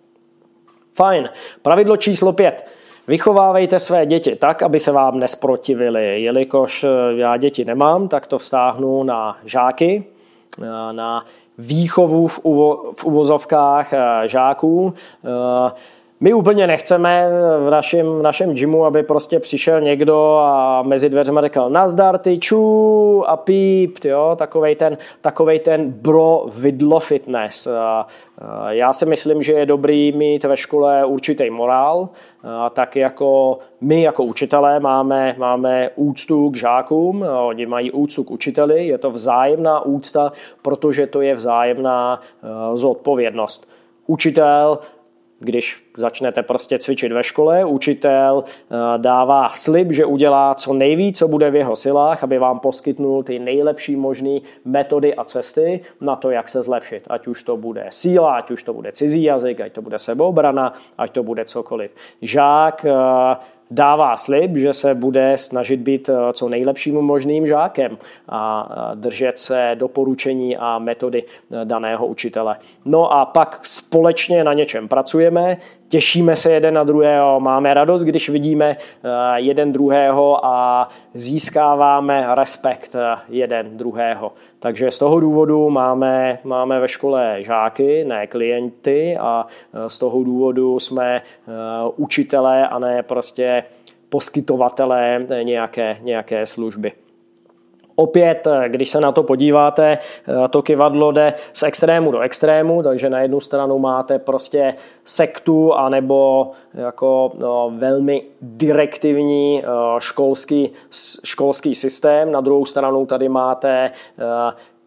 Fajn. Pravidlo číslo 5. Vychovávejte své děti tak, aby se vám nesprotivili. Jelikož já děti nemám, tak to vztáhnu na žáky, na výchovu v uvozovkách žáků. My úplně nechceme v našem gymu, aby prostě přišel někdo a mezi dveřma řekl nazdar ty čů a pípt, jo? Takovej ten bro vidlo fitness. Já si myslím, že je dobrý mít ve škole určitý morál, tak jako my jako učitelé máme úctu k žákům, oni mají úctu k učiteli, je to vzájemná úcta, protože to je vzájemná zodpovědnost. Učitel, když začnete prostě cvičit ve škole, učitel dává slib, že udělá co nejvíc, co bude v jeho silách, aby vám poskytnul ty nejlepší možné metody a cesty na to, jak se zlepšit. Ať už to bude síla, ať už to bude cizí jazyk, ať to bude sebeobrana, ať to bude cokoliv. Žák dává slib, že se bude snažit být co nejlepším možným žákem a držet se doporučení a metody daného učitele. No a pak společně na něčem pracujeme, těšíme se jeden na druhého, máme radost, když vidíme jeden druhého a získáváme respekt jeden druhého. Takže z toho důvodu máme ve škole žáky, ne klienty a z toho důvodu jsme učitelé a ne prostě poskytovatelé nějaké služby. Opět, když se na to podíváte, to kyvadlo jde z extrému do extrému, takže na jednu stranu máte prostě sektu anebo jako velmi direktivní školský systém, na druhou stranu tady máte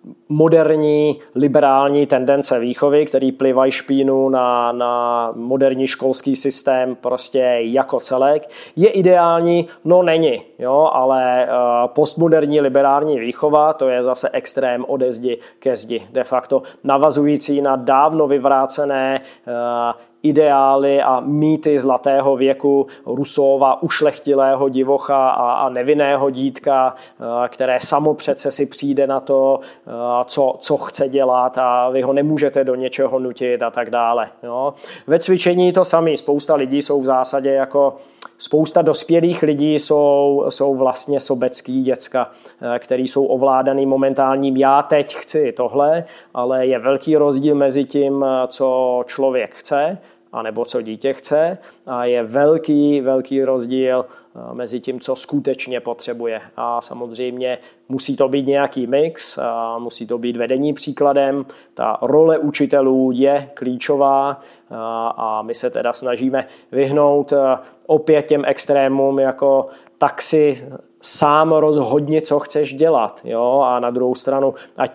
moderní liberální tendence výchovy, který plivají špínu na moderní školský systém prostě jako celek. Je ideální? No není, jo, ale postmoderní liberální výchova, to je zase extrém ode zdi ke zdi, de facto navazující na dávno vyvrácené ideály a mýty zlatého věku Rousseauva ušlechtilého divocha a nevinného dítka, které samo přece si přijde na to, co chce dělat a vy ho nemůžete do něčeho nutit a tak dále. Jo. Ve cvičení to samé. Spousta lidí jsou v zásadě jako spousta dospělých lidí jsou vlastně sobecký děcka, který jsou ovládaný momentálním já teď chci tohle, ale je velký rozdíl mezi tím, co člověk chce, anebo co dítě chce a je velký rozdíl mezi tím, co skutečně potřebuje. A samozřejmě musí to být nějaký mix, musí to být vedení příkladem, ta role učitelů je klíčová a my se teda snažíme vyhnout opět těm extrémům, jako tak si sám rozhodni, co chceš dělat. Jo? A na druhou stranu, ať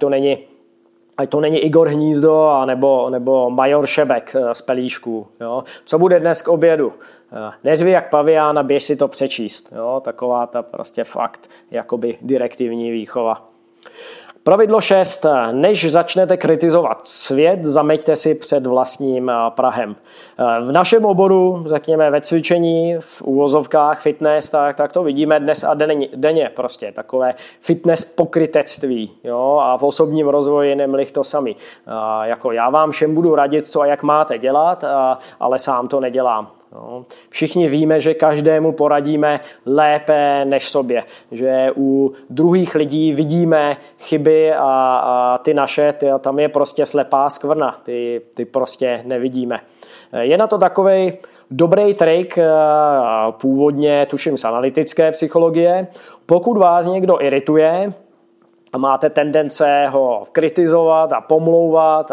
to není Igor Hnízdo nebo Major Šebek z Pelíšků. Jo? Co bude dnes k obědu? Neřvi jak pavián a běž si to přečíst. Jo? Taková ta prostě fakt jakoby direktivní výchova. Pravidlo 6. Než začnete kritizovat svět, zameťte si před vlastním prahem. V našem oboru, řekněme ve cvičení, v úvozovkách fitness, tak to vidíme dnes a denně prostě. Takové fitness pokrytectví. Jo? A v osobním rozvoji nemlich to sami. Jako já vám všem budu radit, co a jak máte dělat, ale sám to nedělám. No. Všichni víme, že každému poradíme lépe než sobě, že u druhých lidí vidíme chyby a ty naše, tam je prostě slepá skvrna, ty prostě nevidíme. Je na to takovej dobrý trik, původně tuším z analytické psychologie, pokud vás někdo irituje, a máte tendence ho kritizovat a pomlouvat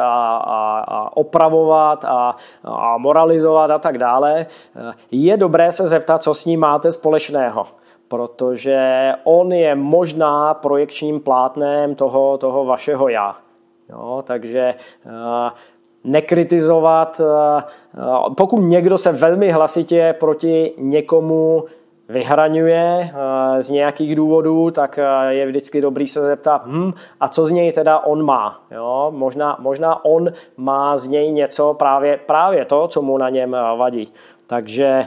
a opravovat a moralizovat a tak dále, je dobré se zeptat, co s ním máte společného. Protože on je možná projekčním plátnem toho vašeho já. Jo, takže nekritizovat, pokud někdo se velmi hlasitě proti někomu vyhraňuje z nějakých důvodů, tak je vždycky dobrý se zeptat, a co z něj teda on má. Jo? Možná on má z něj něco, právě to, co mu na něm vadí. Takže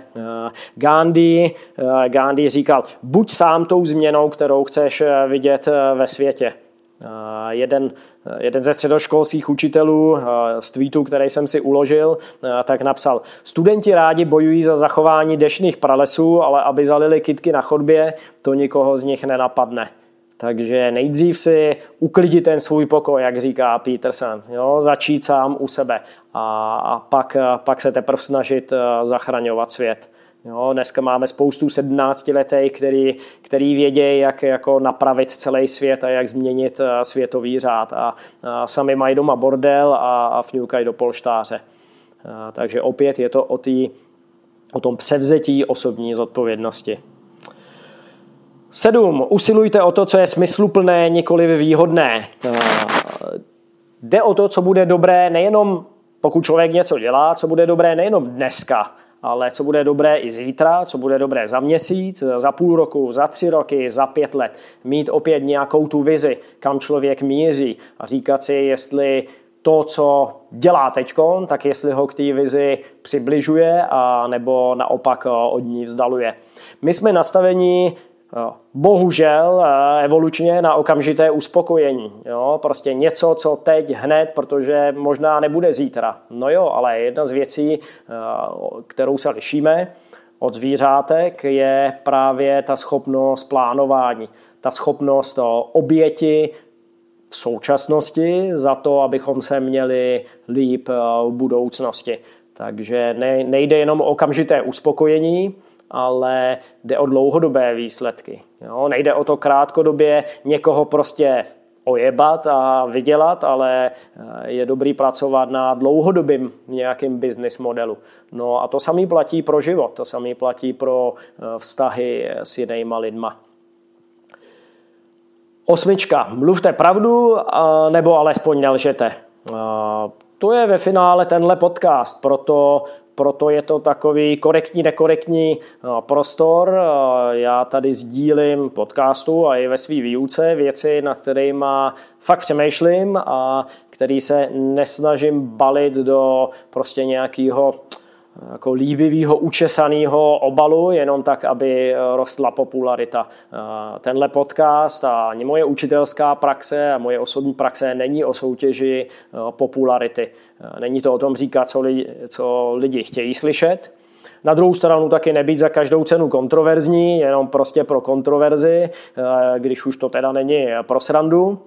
Gandhi říkal, buď sám tou změnou, kterou chceš vidět ve světě. Jeden ze středoškolských učitelů z tweetu, který jsem si uložil, tak napsal: studenti rádi bojují za zachování deštných pralesů, ale aby zalili kytky na chodbě, to nikoho z nich nenapadne. Takže nejdřív si uklidit ten svůj pokoj, jak říká Peterson, jo? Začít sám u sebe a pak se teprve snažit zachraňovat svět. Jo, dneska máme spoustu 17letých, který vědějí, jak jako napravit celý svět a jak změnit světový řád. A sami mají doma bordel a fňukají do polštáře. Takže opět je to o tom převzetí osobní zodpovědnosti. 7. Usilujte o to, co je smysluplné, nikoliv výhodné. Jde o to, co bude dobré nejenom, pokud člověk něco dělá, co bude dobré nejenom dneska, ale co bude dobré i zítra, co bude dobré za měsíc, za půl roku, za 3 roky, za 5 let. Mít opět nějakou tu vizi, kam člověk míří a říkat si, jestli to, co dělá teďkon, tak jestli ho k té vizi přibližuje a nebo naopak od ní vzdaluje. My jsme nastavení bohužel evolučně na okamžité uspokojení. Jo? Prostě něco, co teď hned, protože možná nebude zítra. No jo, ale jedna z věcí, kterou se lišíme od zvířátek, je právě ta schopnost plánování. Ta schopnost oběti v současnosti za to, abychom se měli líp v budoucnosti. Takže nejde jenom o okamžité uspokojení, ale jde o dlouhodobé výsledky. Jo? Nejde o to krátkodobě někoho prostě ojebat a vydělat, ale je dobrý pracovat na dlouhodobým nějakým business modelu. No a to samé platí pro život, to samé platí pro vztahy s jinýma lidma. 8. Mluvte pravdu, nebo alespoň nelžete. To je ve finále tenhle podcast, proto je to takový korektní, nekorektní prostor. Já tady sdílím podcastu a i ve své výuce věci, nad kterými fakt přemýšlím a který se nesnažím balit do prostě nějakého jako líbivého, učesaného obalu, jenom tak, aby rostla popularita. Tenhle podcast a moje učitelská praxe a moje osobní praxe není o soutěži popularity. Není to o tom říkat, co lidi chtějí slyšet. Na druhou stranu taky nebýt za každou cenu kontroverzní, jenom prostě pro kontroverzi, když už to teda není pro srandu.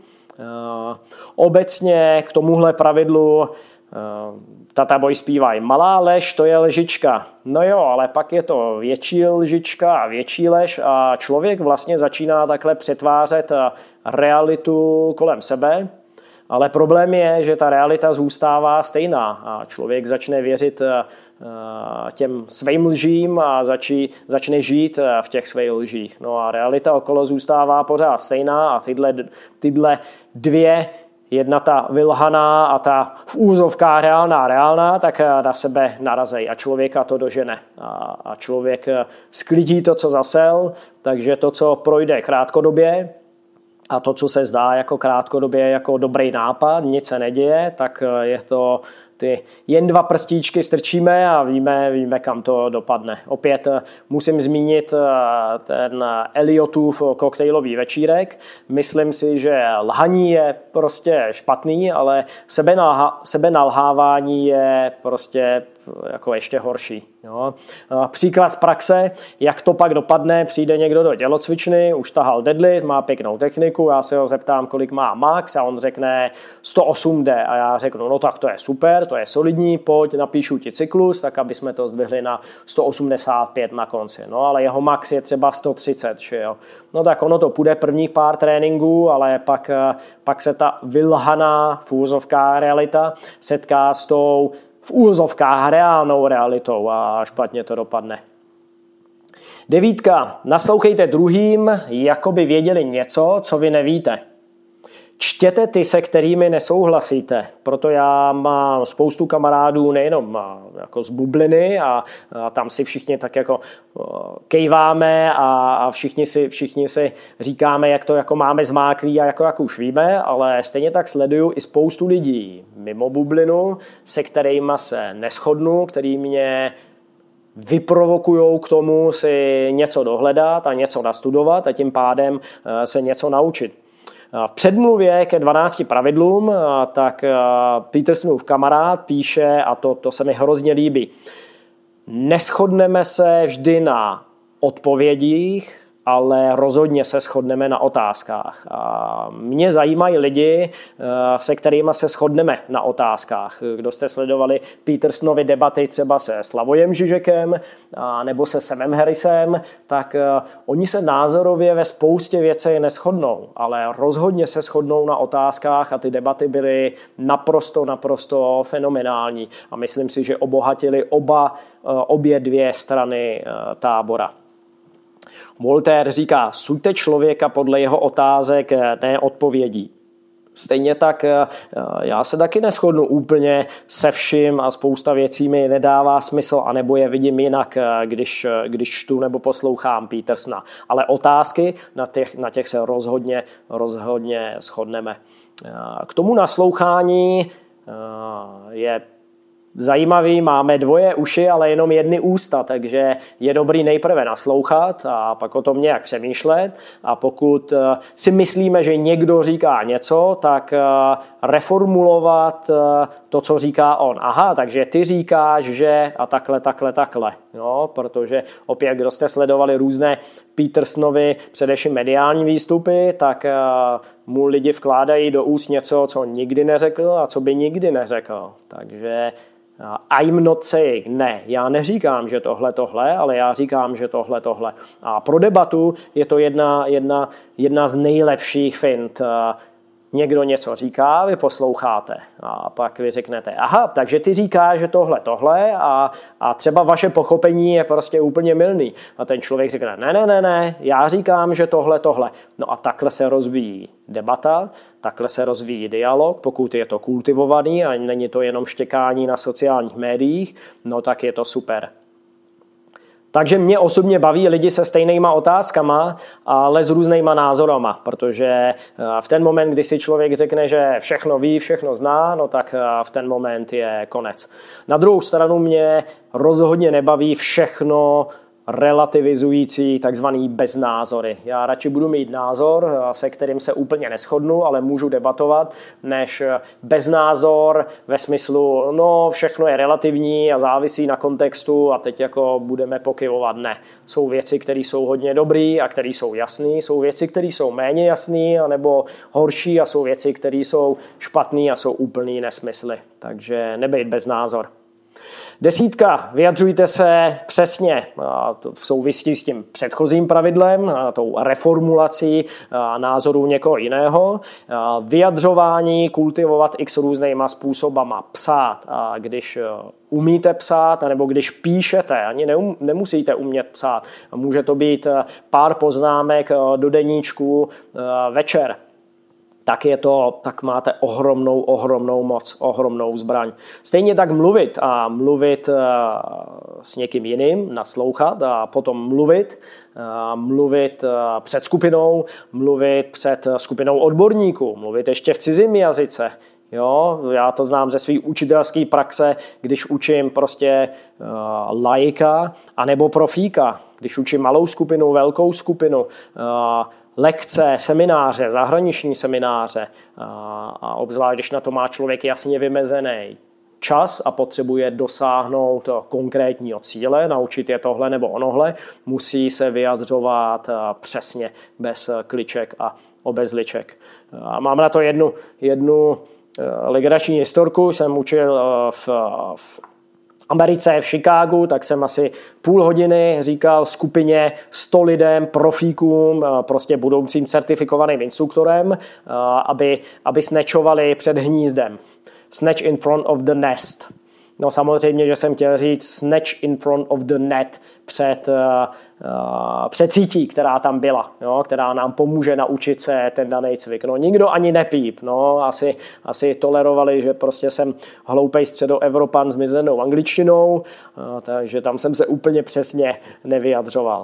Obecně k tomuhle pravidlu Tata Boy zpívají: malá lež, to je lžička. No jo, ale pak je to větší lžička a větší lež a člověk vlastně začíná takhle přetvářet realitu kolem sebe, ale problém je, že ta realita zůstává stejná a člověk začne věřit těm svým lžím a začne žít v těch svých lžích. No a realita okolo zůstává pořád stejná a tyhle dvě, jedna ta vylhaná a ta v úzovkách reálná, tak na sebe narazej a člověka to dožene. A člověk sklidí to, co zasel, takže to, co projde krátkodobě a to, co se zdá jako krátkodobě jako dobrý nápad, nic se neděje, tak je to ty jen 2 prstíčky strčíme a víme, kam to dopadne. Opět musím zmínit ten Eliotův koktejlový večírek. Myslím si, že lhaní je prostě špatný, ale sebenalhávání je prostě jako ještě horší. Jo. Příklad z praxe, jak to pak dopadne, přijde někdo do tělocvičny, už tahal deadlift, má pěknou techniku, já se ho zeptám, kolik má max a on řekne 108D a já řeknu, no tak to je super, to je solidní, pojď, napíšu ti cyklus, tak aby jsme to zdvihli na 185 na konci. No ale jeho max je třeba 130, že jo. No tak ono to půjde prvních pár tréninků, ale pak se ta vylhaná v úvozovkách realita setká s tou v úvozovkách reálnou realitou a špatně to dopadne. 9. Naslouchejte druhým, jako by věděli něco, co vy nevíte. Čtěte ty, se kterými nesouhlasíte. Proto já mám spoustu kamarádů nejenom jako z bubliny a tam si všichni tak jako kejváme a všichni si říkáme, jak to jako máme zmáklý a jak už víme, ale stejně tak sleduju i spoustu lidí mimo bublinu, se kterými se neshodnu, který mě vyprovokujou k tomu si něco dohledat a něco nastudovat a tím pádem se něco naučit. V předmluvě ke 12 pravidlům tak Peter Smith kamarád píše, a to se mi hrozně líbí, neshodneme se vždy na odpovědích, ale rozhodně se shodneme na otázkách. A mě zajímají lidi, se kterými se shodneme na otázkách. Kdo jste sledovali Petersonovy debaty třeba se Slavojem Žižekem nebo se Samem Harrisem, tak oni se názorově ve spoustě věcí neshodnou, ale rozhodně se shodnou na otázkách a ty debaty byly naprosto fenomenální. A myslím si, že obohatili obě dvě strany tábora. Voltaire říká, suďte člověka podle jeho otázek, ne odpovědí. Stejně tak já se taky neshodnu úplně se vším a spousta věcí mi nedává smysl, anebo je vidím jinak, když čtu nebo poslouchám Petersona. Ale otázky, na těch se rozhodně shodneme. K tomu naslouchání je zajímavý, máme 2 uši, ale jenom 1 ústa, takže je dobrý nejprve naslouchat a pak o tom nějak přemýšlet a pokud si myslíme, že někdo říká něco, tak reformulovat to, co říká on. Aha, takže ty říkáš, že a takhle. Jo, protože opět, kdo jste sledovali různé Petersonovy, především mediální výstupy, tak mu lidi vkládají do úst něco, co nikdy neřekl a co by nikdy neřekl. Takže I'm not saying, ne, já neříkám, že tohle, ale já říkám, že tohle. A pro debatu je to jedna z nejlepších fint. Někdo něco říká, vy posloucháte a pak vy řeknete, aha, takže ty říkáš, že tohle a třeba vaše pochopení je prostě úplně mylný. A ten člověk řekne, ne, já říkám, že tohle. No a takhle se rozvíjí debata, takhle se rozvíjí dialog, pokud je to kultivovaný a není to jenom štěkání na sociálních médiích, no tak je to super. Takže mě osobně baví lidi se stejnýma otázkama, ale s různýma názorama, protože v ten moment, kdy si člověk řekne, že všechno ví, všechno zná, no tak v ten moment je konec. Na druhou stranu mě rozhodně nebaví všechno relativizující takzvaný beznázory. Já radši budu mít názor, se kterým se úplně neshodnu, ale můžu debatovat, než beznázor ve smyslu, no všechno je relativní a závisí na kontextu a teď jako budeme pokyvovat. Ne. Jsou věci, které jsou hodně dobrý a které jsou jasný, jsou věci, které jsou méně jasný anebo horší a jsou věci, které jsou špatný a jsou úplný nesmysly. Takže nebejt beznázor. 10. Vyjadřujte se přesně v souvislosti s tím předchozím pravidlem, tou reformulací názorů někoho jiného. Vyjadřování kultivovat x různýma způsobama. Psát, když umíte psát, nebo když píšete, ani nemusíte umět psát. Může to být pár poznámek do deníčku večer. Tak máte ohromnou moc, ohromnou zbraň. Stejně tak mluvit a mluvit s někým jiným, naslouchat a potom mluvit před skupinou, mluvit před skupinou odborníků, mluvit ještě v cizím jazyce. Jo, já to znám ze své učitelské praxe, když učím prostě laika anebo profíka, když učím malou skupinu, velkou skupinu, lekce, semináře, zahraniční semináře a obzvlášť, když na to má člověk jasně vymezený čas a potřebuje dosáhnout konkrétního cíle, naučit je tohle nebo onohle, musí se vyjadřovat přesně, bez kliček a obezliček. A mám na to jednu legrační historku, jsem učil v Americe, v Chicagu, tak jsem asi půl hodiny říkal skupině 100 lidem, profíkům, prostě budoucím certifikovaným instruktorem, aby snatchovali před hnízdem. Snatch in front of the nest. No samozřejmě, že jsem chtěl říct snatch in front of the net před sítí, která tam byla, jo, která nám pomůže naučit se ten daný cvik. No, nikdo ani nepíp. No, asi tolerovali, že prostě jsem hloupej středoevropan s mizernou angličtinou, takže tam jsem se úplně přesně nevyjadřoval.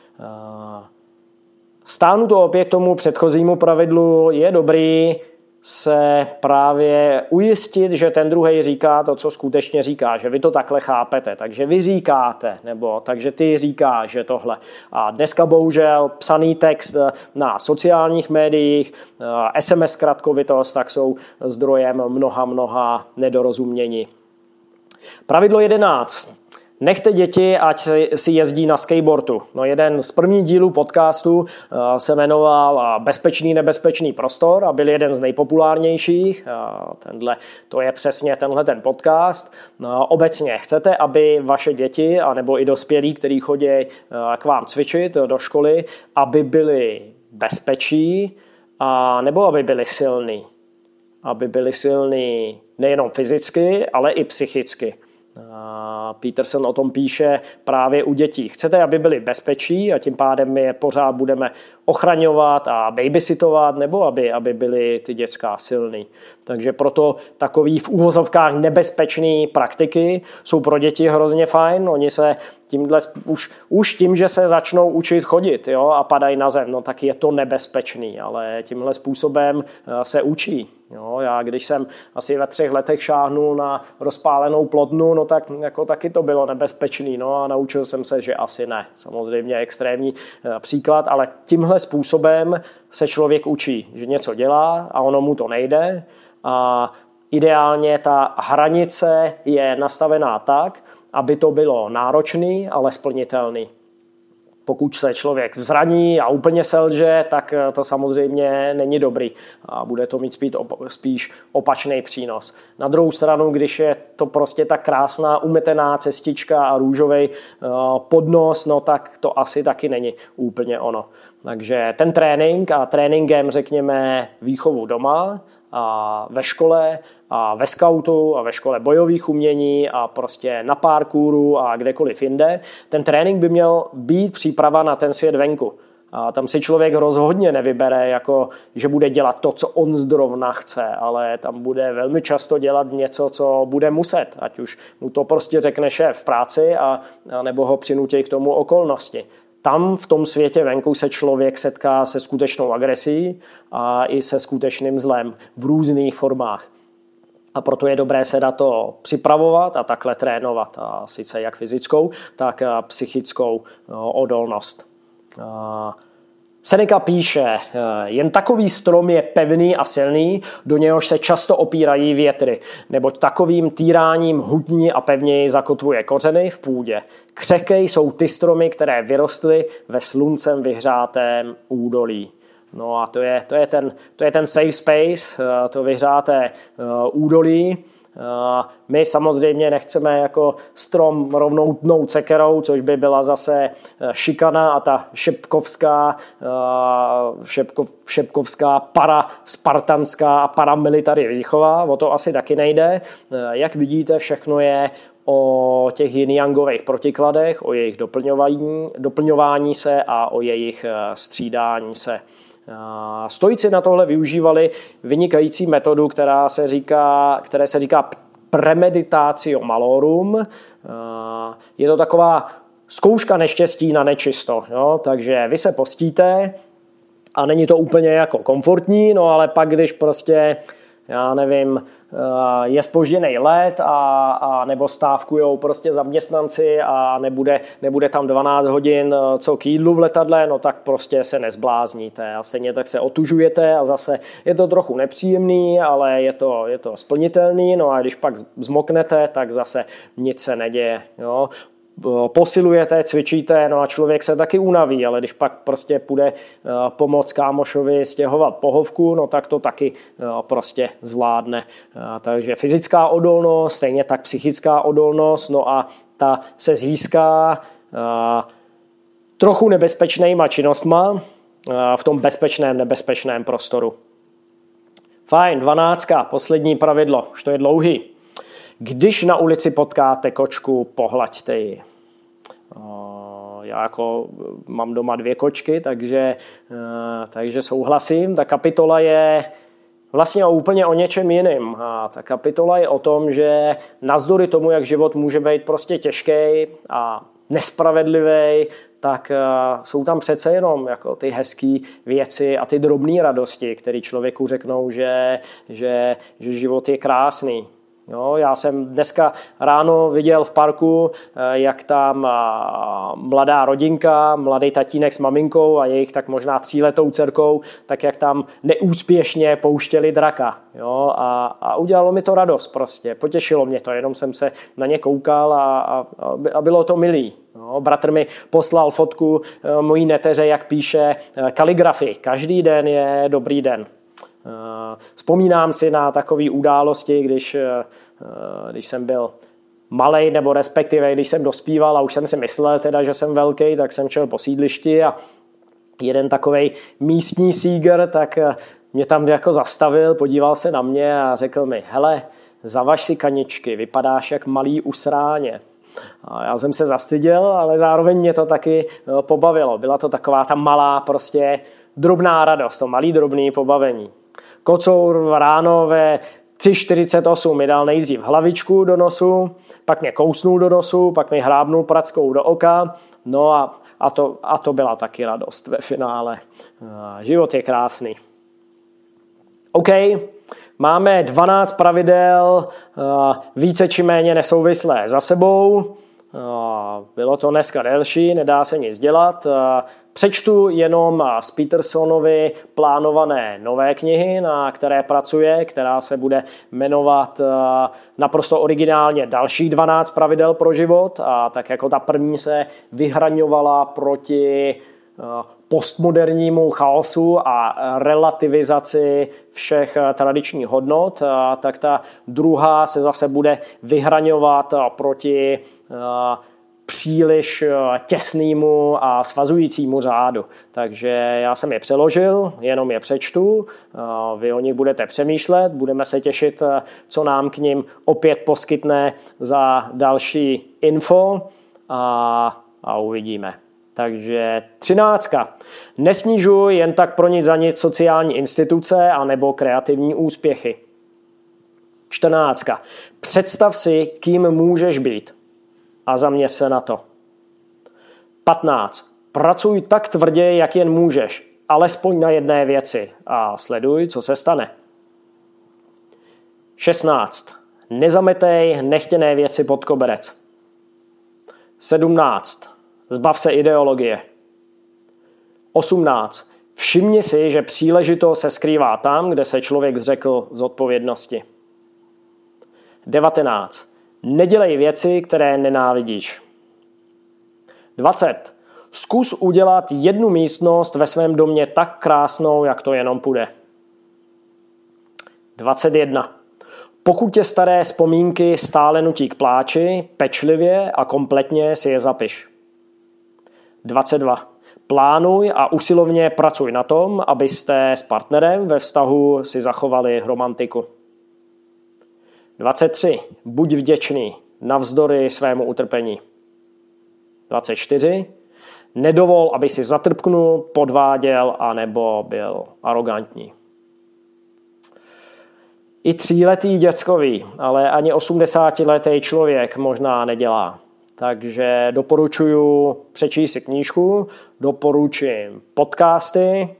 Stáhnu to opět tomu předchozímu pravidlu, je dobrý se právě ujistit, že ten druhej říká to, co skutečně říká, že vy to takhle chápete, takže vy říkáte, nebo takže ty říkáš, že tohle. A dneska bohužel psaný text na sociálních médiích, SMS zkratkovitost, tak jsou zdrojem mnoha nedorozumění. Pravidlo 11. Nechte děti, ať si jezdí na skateboardu. No, jeden z prvních dílů podcastu se jmenoval Bezpečný nebezpečný prostor a byl jeden z nejpopulárnějších. To je přesně tenhle ten podcast. Obecně chcete, aby vaše děti, anebo i dospělí, kteří chodí k vám cvičit do školy, aby byli bezpečí, nebo aby byli silní. Aby byli silní nejenom fyzicky, ale i psychicky. Peterson o tom píše právě u dětí. Chcete, aby byli bezpečí a tím pádem my je pořád budeme ochraňovat a babysitovat, nebo aby byly ty dětská silný. Takže proto takový v úvozovkách nebezpečné praktiky jsou pro děti hrozně fajn. Oni se tímhle, už tím, že se začnou učit chodit, jo, a padají na zem, no tak je to nebezpečný, ale tímhle způsobem se učí. Jo, já když jsem asi ve 3 letech šáhnul na rozpálenou plotnu, no tak jako taky to bylo nebezpečný, no a naučil jsem se, že asi ne. Samozřejmě extrémní příklad, ale tímhle způsobem se člověk učí, že něco dělá a ono mu to nejde a ideálně ta hranice je nastavená tak, aby to bylo náročný, ale splnitelný. Pokud se člověk zraní a úplně selže, tak to samozřejmě není dobrý a bude to mít spíš opačný přínos. Na druhou stranu, když je to prostě tak krásná umetená cestička a růžový podnos, no tak to asi taky není úplně ono. Takže ten trénink a tréninkem řekněme výchovu doma a ve škole a ve skautu a ve škole bojových umění a prostě na parkouru a kdekoliv jinde. Ten trénink by měl být příprava na ten svět venku. A tam si člověk rozhodně nevybere, jako, že bude dělat to, co on zrovna chce, ale tam bude velmi často dělat něco, co bude muset, ať už mu to prostě řekne šéf v práci a nebo ho přinutí k tomu okolnosti. Tam v tom světě venku se člověk setká se skutečnou agresí a i se skutečným zlem v různých formách. A proto je dobré se na to připravovat a takhle trénovat. A sice jak fyzickou, tak psychickou odolnost. Seneca píše, jen takový strom je pevný a silný, do něhož se často opírají větry, neboť takovým týráním hutní a pevněji zakotvuje kořeny v půdě. Křehké jsou ty stromy, které vyrostly ve sluncem vyhřátém údolí. No a to je ten safe space, to vyhřáté údolí. My samozřejmě nechceme jako strom rovnou tnout sekerou, což by byla zase šikana a ta šepkovská paraspartanská a paramilitary výchova, o to asi taky nejde. Jak vidíte, všechno je o těch yin-yangových protikladech, o jejich doplňování se a o jejich střídání se. Stoici na tohle využívali vynikající metodu, které se říká premeditatio malorum. Je to taková zkouška neštěstí na nečisto. Jo? Takže vy se postíte a není to úplně jako komfortní, no ale pak, když prostě já nevím, je zpožděný let a nebo stávkujou prostě zaměstnanci a nebude tam 12 hodin co k jídlu v letadle, no tak prostě se nezblázníte a stejně tak se otužujete a zase je to trochu nepříjemný, ale je to splnitelný, no a když pak zmoknete, tak zase nic se neděje, jo. Posilujete, cvičíte, no a člověk se taky unaví, ale když pak prostě půjde pomoct kámošovi stěhovat pohovku, no tak to taky prostě zvládne. Takže fyzická odolnost, stejně tak psychická odolnost, no a ta se získá trochu nebezpečnýma činnostma v tom nebezpečném prostoru. Fajn, 12. poslední pravidlo, už to je dlouhý. Když na ulici potkáte kočku, pohlaďte ji. Já jako mám doma 2 kočky, takže souhlasím. Ta kapitola je vlastně úplně o něčem jiném. A ta kapitola je o tom, že navzdory tomu, jak život může být prostě těžký a nespravedlivý, tak jsou tam přece jenom jako ty hezké věci a ty drobné radosti, které člověku řeknou, že život je krásný. Jo, já jsem dneska ráno viděl v parku, jak tam mladá rodinka, mladý tatínek s maminkou a jejich tak možná 3letou dcerkou, tak jak tam neúspěšně pouštěli draka. Jo, a udělalo mi to radost prostě, potěšilo mě to, jenom jsem se na ně koukal a bylo to milý. No, bratr mi poslal fotku mojí neteře, jak píše kaligrafii. Každý den je dobrý den. Vzpomínám si na takové události, když jsem byl malej, nebo respektive když jsem dospíval a už jsem si myslel teda, že jsem velký, tak jsem šel po sídlišti a jeden takovej místní síger, tak mě tam jako zastavil, podíval se na mě a řekl mi, hele, zavaž si kaničky, vypadáš jak malý usráně. A já jsem se zastyděl, ale zároveň mě to taky pobavilo. Byla to taková ta malá, prostě drobná radost, to malý drobný pobavení. Kocour ráno ve 3:48 mi dal nejdřív hlavičku do nosu, pak mě kousnul do nosu, pak mi hrábnul prackou do oka, no a to byla taky radost ve finále. Život je krásný. OK, máme 12 pravidel, více či méně nesouvislé za sebou. Bylo to dneska delší, nedá se nic dělat. Přečtu jenom z Petersonovy plánované nové knihy, na které pracuje, která se bude jmenovat naprosto originálně Dalších 12 pravidel pro život. A tak jako ta první se vyhraňovala proti postmodernímu chaosu a relativizaci všech tradičních hodnot, tak ta druhá se zase bude vyhraňovat proti příliš těsnému a svazujícímu řádu. Takže já jsem je přeložil, jenom je přečtu, vy o nich budete přemýšlet, budeme se těšit, co nám k nim opět poskytne za další info a uvidíme. Takže 13. Nesnižuj jen tak pro nic za nic sociální instituce anebo kreativní úspěchy. 14. Představ si, kým můžeš být a zaměř se na to. 15. Pracuj tak tvrdě, jak jen můžeš, alespoň na jedné věci a sleduj, co se stane. 16. Nezametej nechtěné věci pod koberec. 17. Zbav se ideologie. 18. Všimni si, že příležitost se skrývá tam, kde se člověk zřekl zodpovědnosti. 19. Nedělej věci, které nenávidíš. 20. Zkus udělat jednu místnost ve svém domě tak krásnou, jak to jenom půjde. 21. Pokud tě staré vzpomínky stále nutí k pláči, pečlivě a kompletně si je zapiš. 22. Plánuj a usilovně pracuj na tom, abyste s partnerem ve vztahu si zachovali romantiku. 23. Buď vděčný navzdory svému utrpení. 24. Nedovol, aby si zatrpknul, podváděl anebo byl arrogantní. I 3letý děckový, ale ani 80letý člověk možná nedělá. Takže doporučuji přečíst si knížku, doporučím podcasty,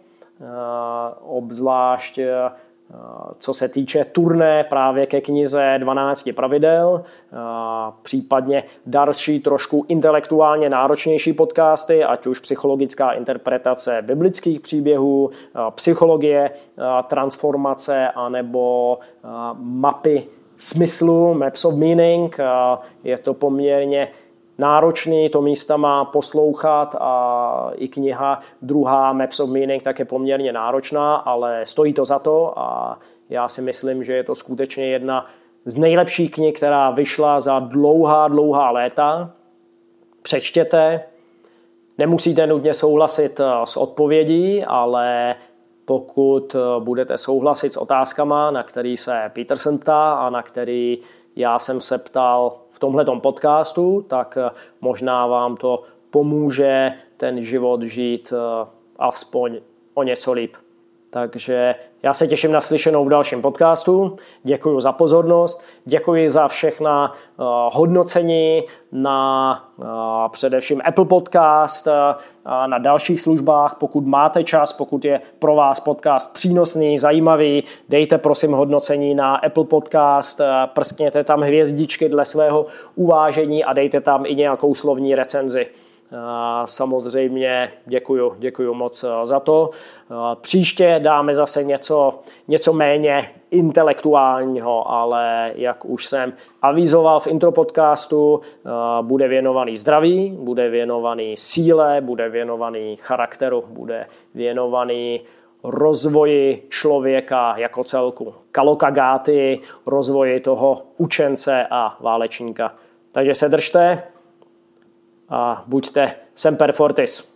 obzvlášť co se týče turné právě ke knize 12 pravidel, případně další trošku intelektuálně náročnější podcasty, ať už psychologická interpretace biblických příběhů, psychologie, transformace anebo mapy smyslu, Maps of Meaning. Je to poměrně náročný to místama poslouchat a i kniha druhá Maps of Meaning tak je poměrně náročná, ale stojí to za to a já si myslím, že je to skutečně jedna z nejlepších knih, která vyšla za dlouhá léta. Přečtěte, nemusíte nutně souhlasit s odpovědí, ale pokud budete souhlasit s otázkama, na který se Peterson ptá a na který já jsem se ptal v tomhletom podcastu, tak možná vám to pomůže ten život žít aspoň o něco líp. Takže já se těším na slyšenou v dalším podcastu. Děkuji za pozornost, děkuji za všechna hodnocení na především Apple Podcast, na dalších službách. Pokud máte čas, pokud je pro vás podcast přínosný, zajímavý, dejte prosím hodnocení na Apple Podcast, prskněte tam hvězdičky dle svého uvážení a dejte tam i nějakou slovní recenzi. Samozřejmě děkuju moc za to. Příště dáme zase něco méně intelektuálního, ale jak už jsem avizoval v intro podcastu, bude věnovaný zdraví, bude věnovaný síle, bude věnovaný charakteru, bude věnovaný rozvoji člověka jako celku. Kalokagáty, rozvoji toho učence a válečníka. Takže se držte a buďte semper fortis.